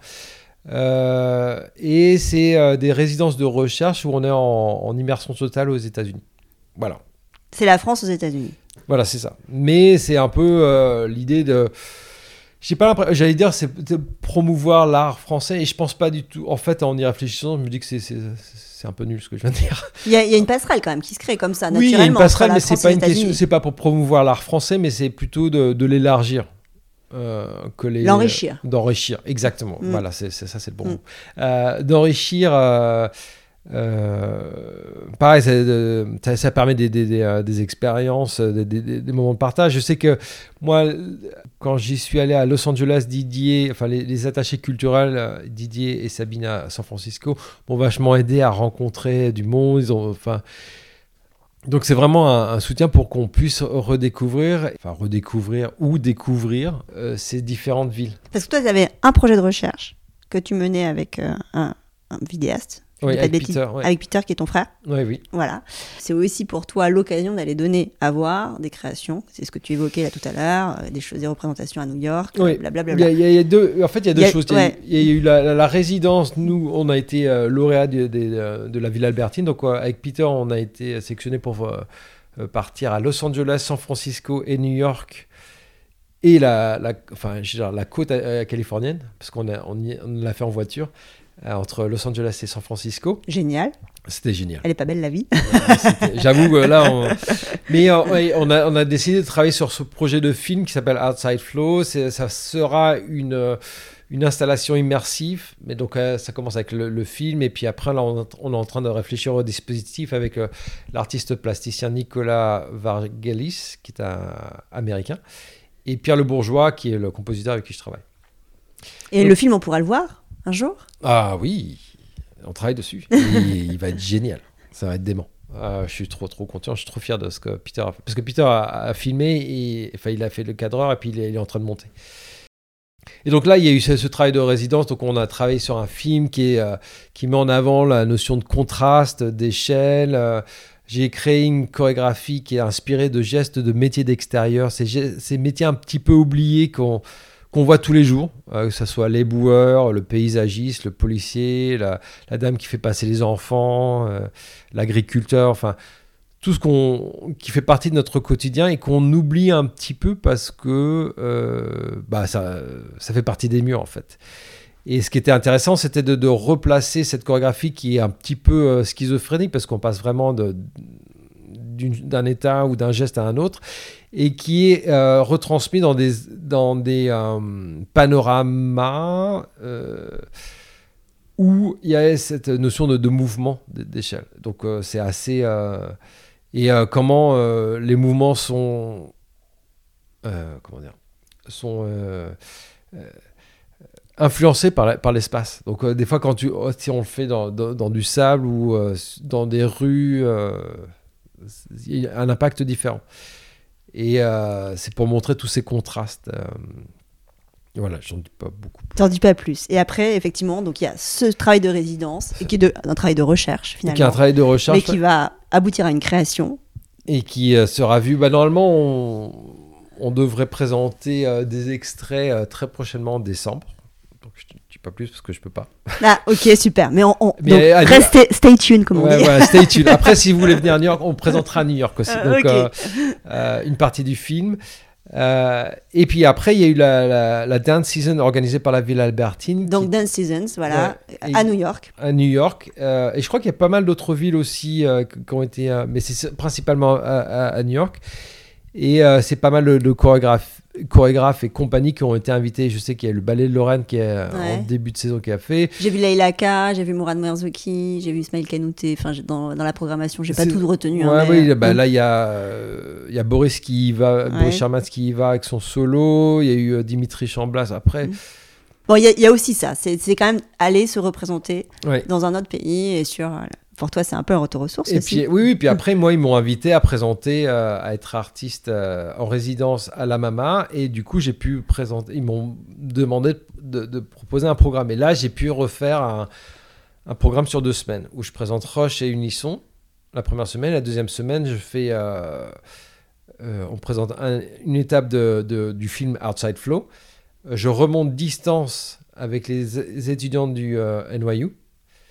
Euh, et c'est euh, des résidences de recherche où on est en, en immersion totale aux États-Unis. Voilà. C'est la France aux États-Unis. Voilà, c'est ça. Mais c'est un peu euh, l'idée de... J'ai pas l'impression, j'allais dire, c'est de promouvoir l'art français, et je pense pas du tout. En fait, en y réfléchissant, je me dis que c'est, c'est, c'est un peu nul ce que je viens de dire. Il y, a, il y a une passerelle quand même qui se crée comme ça, oui, naturellement. Oui, il y a une passerelle, mais France c'est pas et une États-Unis. question, c'est pas pour promouvoir l'art français, mais c'est plutôt de, de l'élargir. Euh, que les, L'enrichir. Euh, d'enrichir, exactement. Mm. Voilà, c'est, c'est, ça, c'est le bon mm. mot. Euh, d'enrichir. Euh, Euh, pareil, ça, ça permet des, des, des, des expériences, des, des, des moments de partage. Je sais que moi, quand j'y suis allé à Los Angeles, Didier, enfin les, les attachés culturels, Didier et Sabine à San Francisco, m'ont vachement aidé à rencontrer du monde. Ils ont, enfin, donc c'est vraiment un, un soutien pour qu'on puisse redécouvrir, enfin redécouvrir ou découvrir euh, ces différentes villes. Parce que toi, tu avais un projet de recherche que tu menais avec euh, un, un vidéaste. Oui, avec Peter, ouais. avec Peter qui est ton frère. Oui, oui. Voilà. C'est aussi pour toi l'occasion d'aller donner à voir des créations. C'est ce que tu évoquais là tout à l'heure, euh, des choses, des représentations à New York, oui. blablabla. Il y a, il y a, il y a deux, en fait, il y a deux il y a, choses. Ouais. Il y a eu la, la, la résidence. Nous, on a été euh, lauréat de, de, de la Ville Albertine. Donc, euh, avec Peter, on a été sélectionné pour euh, partir à Los Angeles, San Francisco et New York. Et la, la, enfin, je veux dire, la côte euh, californienne, parce qu'on a, on, y, on l'a fait en voiture. Entre Los Angeles et San Francisco. Génial. C'était génial. Elle est pas belle la vie. J'avoue, là, on... mais euh, ouais, on, a, on a décidé de travailler sur ce projet de film qui s'appelle Outside Flow. C'est, ça sera une, une installation immersive. Mais donc, euh, ça commence avec le, le film. Et puis après, là, on, on est en train de réfléchir au dispositif avec euh, l'artiste plasticien Nicolas Vargelis, qui est un Américain, et Pierre Le Bourgeois, qui est le compositeur avec qui je travaille. Et donc, le film, on pourra le voir un jour ? Ah oui, on travaille dessus. il, il va être génial. Ça va être dément. Euh, je suis trop trop content. Je suis trop fier de ce que Peter a fait. Parce que Peter a, a filmé et enfin il a fait le cadreur et puis il est, il est en train de monter. Et donc là, il y a eu ce, ce travail de résidence. Donc on a travaillé sur un film qui est euh, qui met en avant la notion de contraste, d'échelle. Euh, j'ai créé une chorégraphie qui est inspirée de gestes de métiers d'extérieur. Ces, ces métiers un petit peu oubliés qu'on qu'on voit tous les jours, euh, que ce soit l'éboueur, le paysagiste, le policier, la, la dame qui fait passer les enfants, euh, l'agriculteur, enfin tout ce qu'on, qui fait partie de notre quotidien et qu'on oublie un petit peu parce que euh, bah, ça, ça fait partie des murs en fait. Et ce qui était intéressant, c'était de, de replacer cette chorégraphie qui est un petit peu euh, schizophrénique parce qu'on passe vraiment de, d'un état ou d'un geste à un autre, et qui est euh, retransmis dans des, dans des euh, panoramas euh, où il y a cette notion de, de mouvement d'échelle. Donc euh, c'est assez... Euh, et euh, comment euh, les mouvements sont... Euh, comment dire sont euh, euh, influencés par, la, par l'espace. Donc euh, des fois, quand tu, si on le fait dans, dans, dans du sable ou euh, dans des rues... Euh, il y a un impact différent. Et euh, c'est pour montrer tous ces contrastes. Euh, voilà, j'en dis pas beaucoup plus. T'en dis pas plus. Et après, effectivement, donc il y a ce travail de résidence, et qui est de, un travail de recherche, finalement. Qui est un travail de recherche. Mais qui va aboutir à une création. Et qui euh, sera vu. Bah, normalement, on, on devrait présenter euh, des extraits euh, très prochainement en décembre. Donc, je ne dis pas plus parce que je peux pas. Ah, ok, super. Mais on, on Mais donc, restez, stay tuned, comme on ouais, dit. Ouais, stay tuned. Après, si vous voulez venir à New York, on présentera à New York aussi. Euh, donc, okay. euh, euh, une partie du film. Euh, et puis après, il y a eu la, la, la Dance Season organisée par la Ville Albertine. Donc, qui... Dance Seasons, voilà, ouais, à New York. À New York. Euh, et je crois qu'il y a pas mal d'autres villes aussi euh, qui ont été... Euh, mais c'est principalement à, à, à New York. Et euh, c'est pas mal de, de chorégraphes, chorégraphes et compagnies qui ont été invités. Je sais qu'il y a le Ballet de Lorraine qui est ouais. en début de saison qui a fait. J'ai vu Leila Ka, j'ai vu Mourad Merzouki, j'ai vu Ismaël Kanouté. Enfin, dans, dans la programmation, j'ai pas tout retenu. Ouais, hein, oui, mais... bah, là, il y, euh, y a Boris qui y va, ouais. Boris Shermatz qui y va avec son solo. Il y a eu euh, Dimitri Chamblas après. Mmh. Bon, il y, y a aussi ça. C'est, c'est quand même aller se représenter ouais. dans un autre pays et sur... Pour toi, c'est un peu un retour aux sources et aussi. Puis, oui, oui, puis après, moi, ils m'ont invité à présenter, euh, à être artiste euh, en résidence à la Mama. Et du coup, j'ai pu présenter. Ils m'ont demandé de, de proposer un programme. Et là, j'ai pu refaire un, un programme sur deux semaines où je présente Rush et Unisson. la première semaine. La deuxième semaine, je fais, euh, euh, on présente un, une étape de, de, du film Outside Flow. Je remonte distance avec les, les étudiants du euh, N Y U.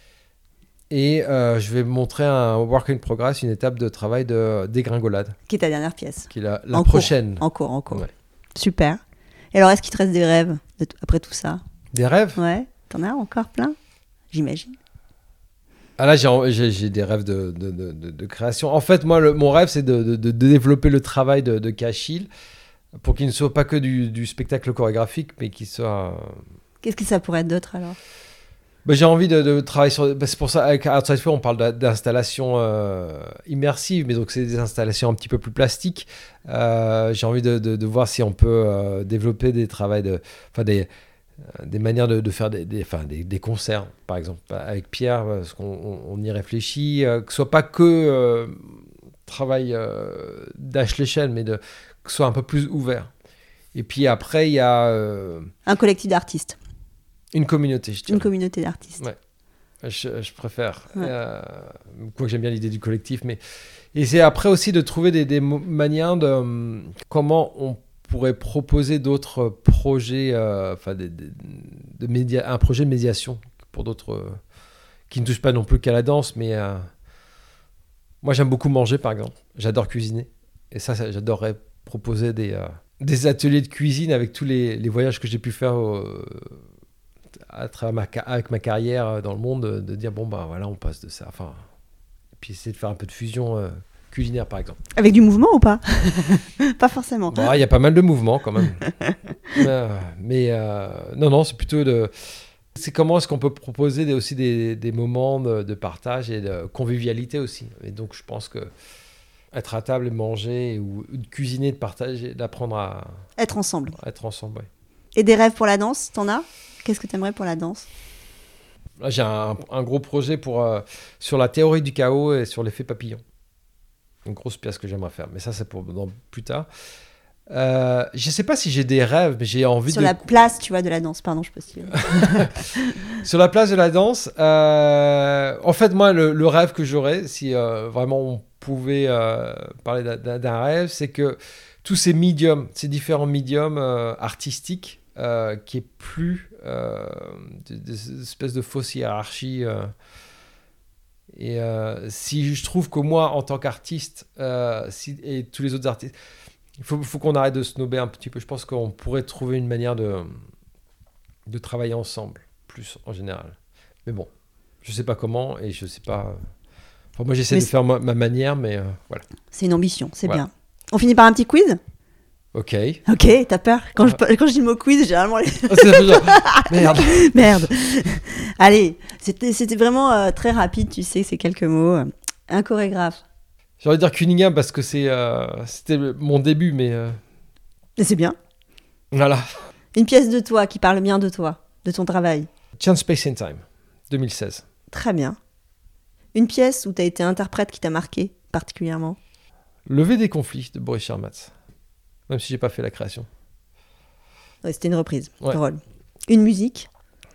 Et euh, je vais montrer un work in progress, une étape de travail de dégringolade. Qui est ta dernière pièce. Qui est la, la en prochaine. Cours. En cours, en cours. Ouais. Super. Et alors, est-ce qu'il te reste des rêves de t- après tout ça ? Des rêves ? Ouais. T'en as encore plein ? J'imagine. Ah là, j'ai, j'ai, j'ai des rêves de, de, de, de, de création. En fait, moi, le, mon rêve, c'est de, de, de développer le travail de, de Cachille pour qu'il ne soit pas que du, du spectacle chorégraphique, mais qu'il soit... Qu'est-ce que ça pourrait être d'autre, alors ? Bah, j'ai envie de, de travailler sur... Bah, c'est pour ça, avec Outside Flow, on parle d'installations euh, immersives, mais donc c'est des installations un petit peu plus plastiques. Euh, j'ai envie de, de, de voir si on peut euh, développer des travails de... Enfin, des, euh, des manières de, de faire des, des, enfin, des, des concerts, par exemple, avec Pierre, parce qu'on on, on y réfléchit, euh, que ce soit pas que euh, travail euh, d'âge l'échelle, mais de, que ce soit un peu plus ouvert. Et puis après, il y a... Euh, un collectif d'artistes. Une communauté, je dirais. Une communauté d'artistes. Ouais, je, je préfère. Ouais. Euh, quoique j'aime bien l'idée du collectif, mais et c'est après aussi de trouver des, des manières de um, comment on pourrait proposer d'autres projets, euh, enfin des, des, de média, un projet de médiation pour d'autres euh, qui ne touchent pas non plus qu'à la danse, mais euh, moi j'aime beaucoup manger par exemple. J'adore cuisiner et ça, ça j'adorerais proposer des euh, des ateliers de cuisine avec tous les, les voyages que j'ai pu faire. Euh, à travers ma, avec ma carrière dans le monde, de, de dire bon bah voilà, on passe de ça, enfin, et puis essayer de faire un peu de fusion euh, culinaire par exemple. Avec du mouvement ou pas? Pas forcément. Il bon, y a pas mal de mouvements quand même. euh, mais euh, non non, c'est plutôt de, c'est comment est-ce qu'on peut proposer des, aussi des, des moments de, de partage et de convivialité aussi. Et donc je pense que être à table et manger ou de cuisiner, de partager, d'apprendre à être ensemble. À être ensemble, ouais. Et des rêves pour la danse, t'en as? Qu'est-ce que tu aimerais pour la danse? Là, j'ai un, un gros projet pour, euh, sur la théorie du chaos et sur l'effet papillon. Une grosse pièce que j'aimerais faire. Mais ça, c'est pour dans, plus tard. Euh, je ne sais pas si j'ai des rêves, mais j'ai envie sur de... Sur la place, tu vois, de la danse. Pardon, je peux stimuler. Sur la place de la danse, euh, en fait, moi, le, le rêve que j'aurais, si euh, vraiment on pouvait euh, parler d'un, d'un rêve, c'est que tous ces médiums, ces différents médiums euh, artistiques, Euh, qui est plus euh, des espèces de fausse hiérarchie. Euh, et euh, si je trouve que moi, en tant qu'artiste, euh, si, et tous les autres artistes, il faut, faut qu'on arrête de snobber un petit peu. Je pense qu'on pourrait trouver une manière de, de travailler ensemble, plus en général. Mais bon, je sais pas comment et je sais pas. Enfin, moi, j'essaie mais de faire ma, ma manière, mais euh, voilà. C'est une ambition, c'est voilà. bien. On finit par un petit quiz? Ok. Ok, t'as peur? Quand, je, quand je dis le mot quiz, généralement... Les... Oh, c'est genre... Merde. Merde. Allez, c'était, c'était vraiment euh, très rapide, tu sais, ces quelques mots. Un chorégraphe. J'ai envie de dire Cunningham parce que c'est, euh, c'était mon début, mais... Euh... Et c'est bien. Voilà. Une pièce de toi qui parle bien de toi, de ton travail. Chance Space and Time, deux mille seize. Très bien. Une pièce où t'as été interprète qui t'a marqué particulièrement? Lever des conflits de Boris Charmatz. Même si j'ai pas fait la création. Ouais, c'était une reprise. Ouais. Drôle. Une musique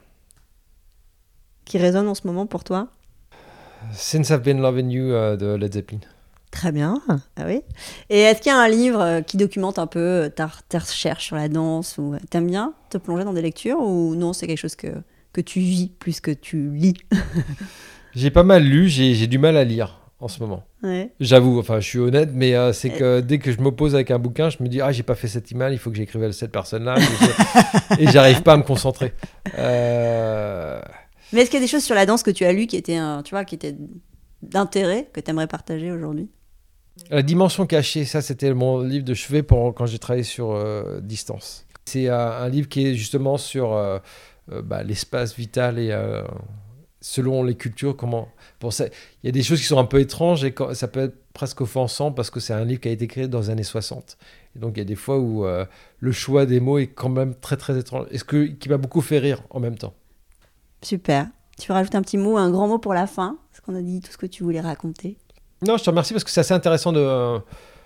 qui résonne en ce moment pour toi? Since I've Been Loving You euh, de Led Zeppelin. Très bien. Ah oui. Et est-ce qu'il y a un livre qui documente un peu ta, ta recherche sur la danse ou t'aimes bien te plonger dans des lectures ou non, c'est quelque chose que, que tu vis plus que tu lis? J'ai pas mal lu, j'ai, j'ai du mal à lire en ce moment. Ouais. J'avoue, enfin je suis honnête, mais euh, c'est que dès que je m'oppose avec un bouquin, je me dis ah j'ai pas fait cette email, il faut que j'écrive cette personne-là et, et j'arrive pas à me concentrer. Euh... Mais est-ce qu'il y a des choses sur la danse que tu as lues qui étaient, un, tu vois, qui étaient d'intérêt que tu aimerais partager aujourd'hui? La dimension cachée, ça c'était mon livre de chevet pour quand j'ai travaillé sur euh, distance. C'est euh, un livre qui est justement sur euh, euh, bah, l'espace vital et euh, selon les cultures, comment... Bon, il y a des choses qui sont un peu étranges et quand, ça peut être presque offensant parce que c'est un livre qui a été créé dans les années soixante. Et donc, il y a des fois où euh, le choix des mots est quand même très, très étrange. Et ce que, qui m'a beaucoup fait rire en même temps. Super. Tu veux rajouter un petit mot, un grand mot pour la fin? Parce qu'on a dit tout ce que tu voulais raconter. Non, je te remercie parce que c'est assez intéressant de, euh,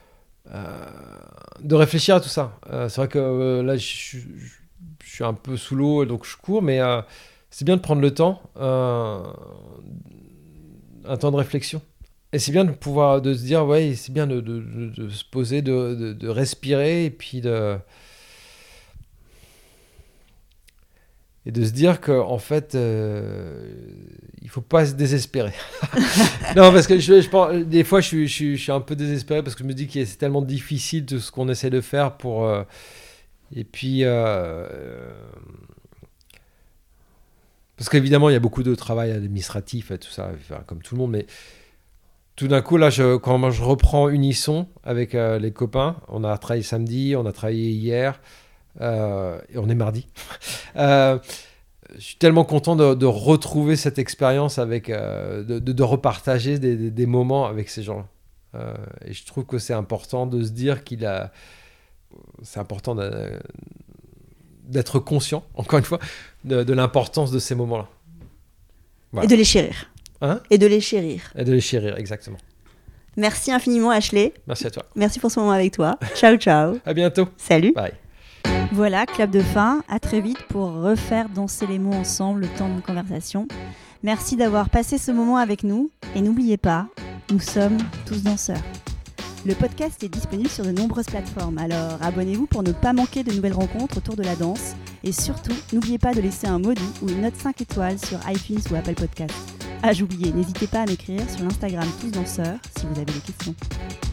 de réfléchir à tout ça. Euh, c'est vrai que euh, là, je, je, je suis un peu sous l'eau, donc je cours, mais... Euh, c'est bien de prendre le temps, euh, un temps de réflexion. Et c'est bien de pouvoir de se dire, ouais, c'est bien de, de, de, de se poser, de, de, de respirer et puis de. Et de se dire qu'en fait, euh, il ne faut pas se désespérer. Non, parce que je, je pense, des fois, je suis, je, suis, je suis un peu désespéré parce que je me dis que c'est tellement difficile tout ce qu'on essaie de faire pour. Euh, et puis. Euh, parce qu'évidemment, il y a beaucoup de travail administratif et tout ça, enfin, comme tout le monde, mais. Tout d'un coup, là, je, quand moi, je reprends Unisson avec euh, les copains, on a travaillé samedi, on a travaillé hier, euh, et on est mardi. euh, je suis tellement content de, de retrouver cette expérience, avec, euh, de, de, de repartager des, des, des moments avec ces gens-là. Euh, et je trouve que c'est important de se dire qu'il a... C'est important de, d'être conscient, encore une fois, de, de l'importance de ces moments-là. Voilà. Et de les chérir. Hein et de les chérir. Et de les chérir, exactement. Merci infiniment, Ashley. Merci à toi. Merci pour ce moment avec toi. Ciao, ciao. À bientôt. Salut. Bye. Voilà, clap de fin. À très vite pour refaire danser les mots ensemble le temps d'une conversation. Merci d'avoir passé ce moment avec nous. Et n'oubliez pas, nous sommes tous danseurs. Le podcast est disponible sur de nombreuses plateformes, alors abonnez-vous pour ne pas manquer de nouvelles rencontres autour de la danse. Et surtout, n'oubliez pas de laisser un mot doux ou une note cinq étoiles sur iTunes ou Apple Podcasts. Ah, j'oubliais, n'hésitez pas à m'écrire sur l'Instagram Tous Danseurs si vous avez des questions.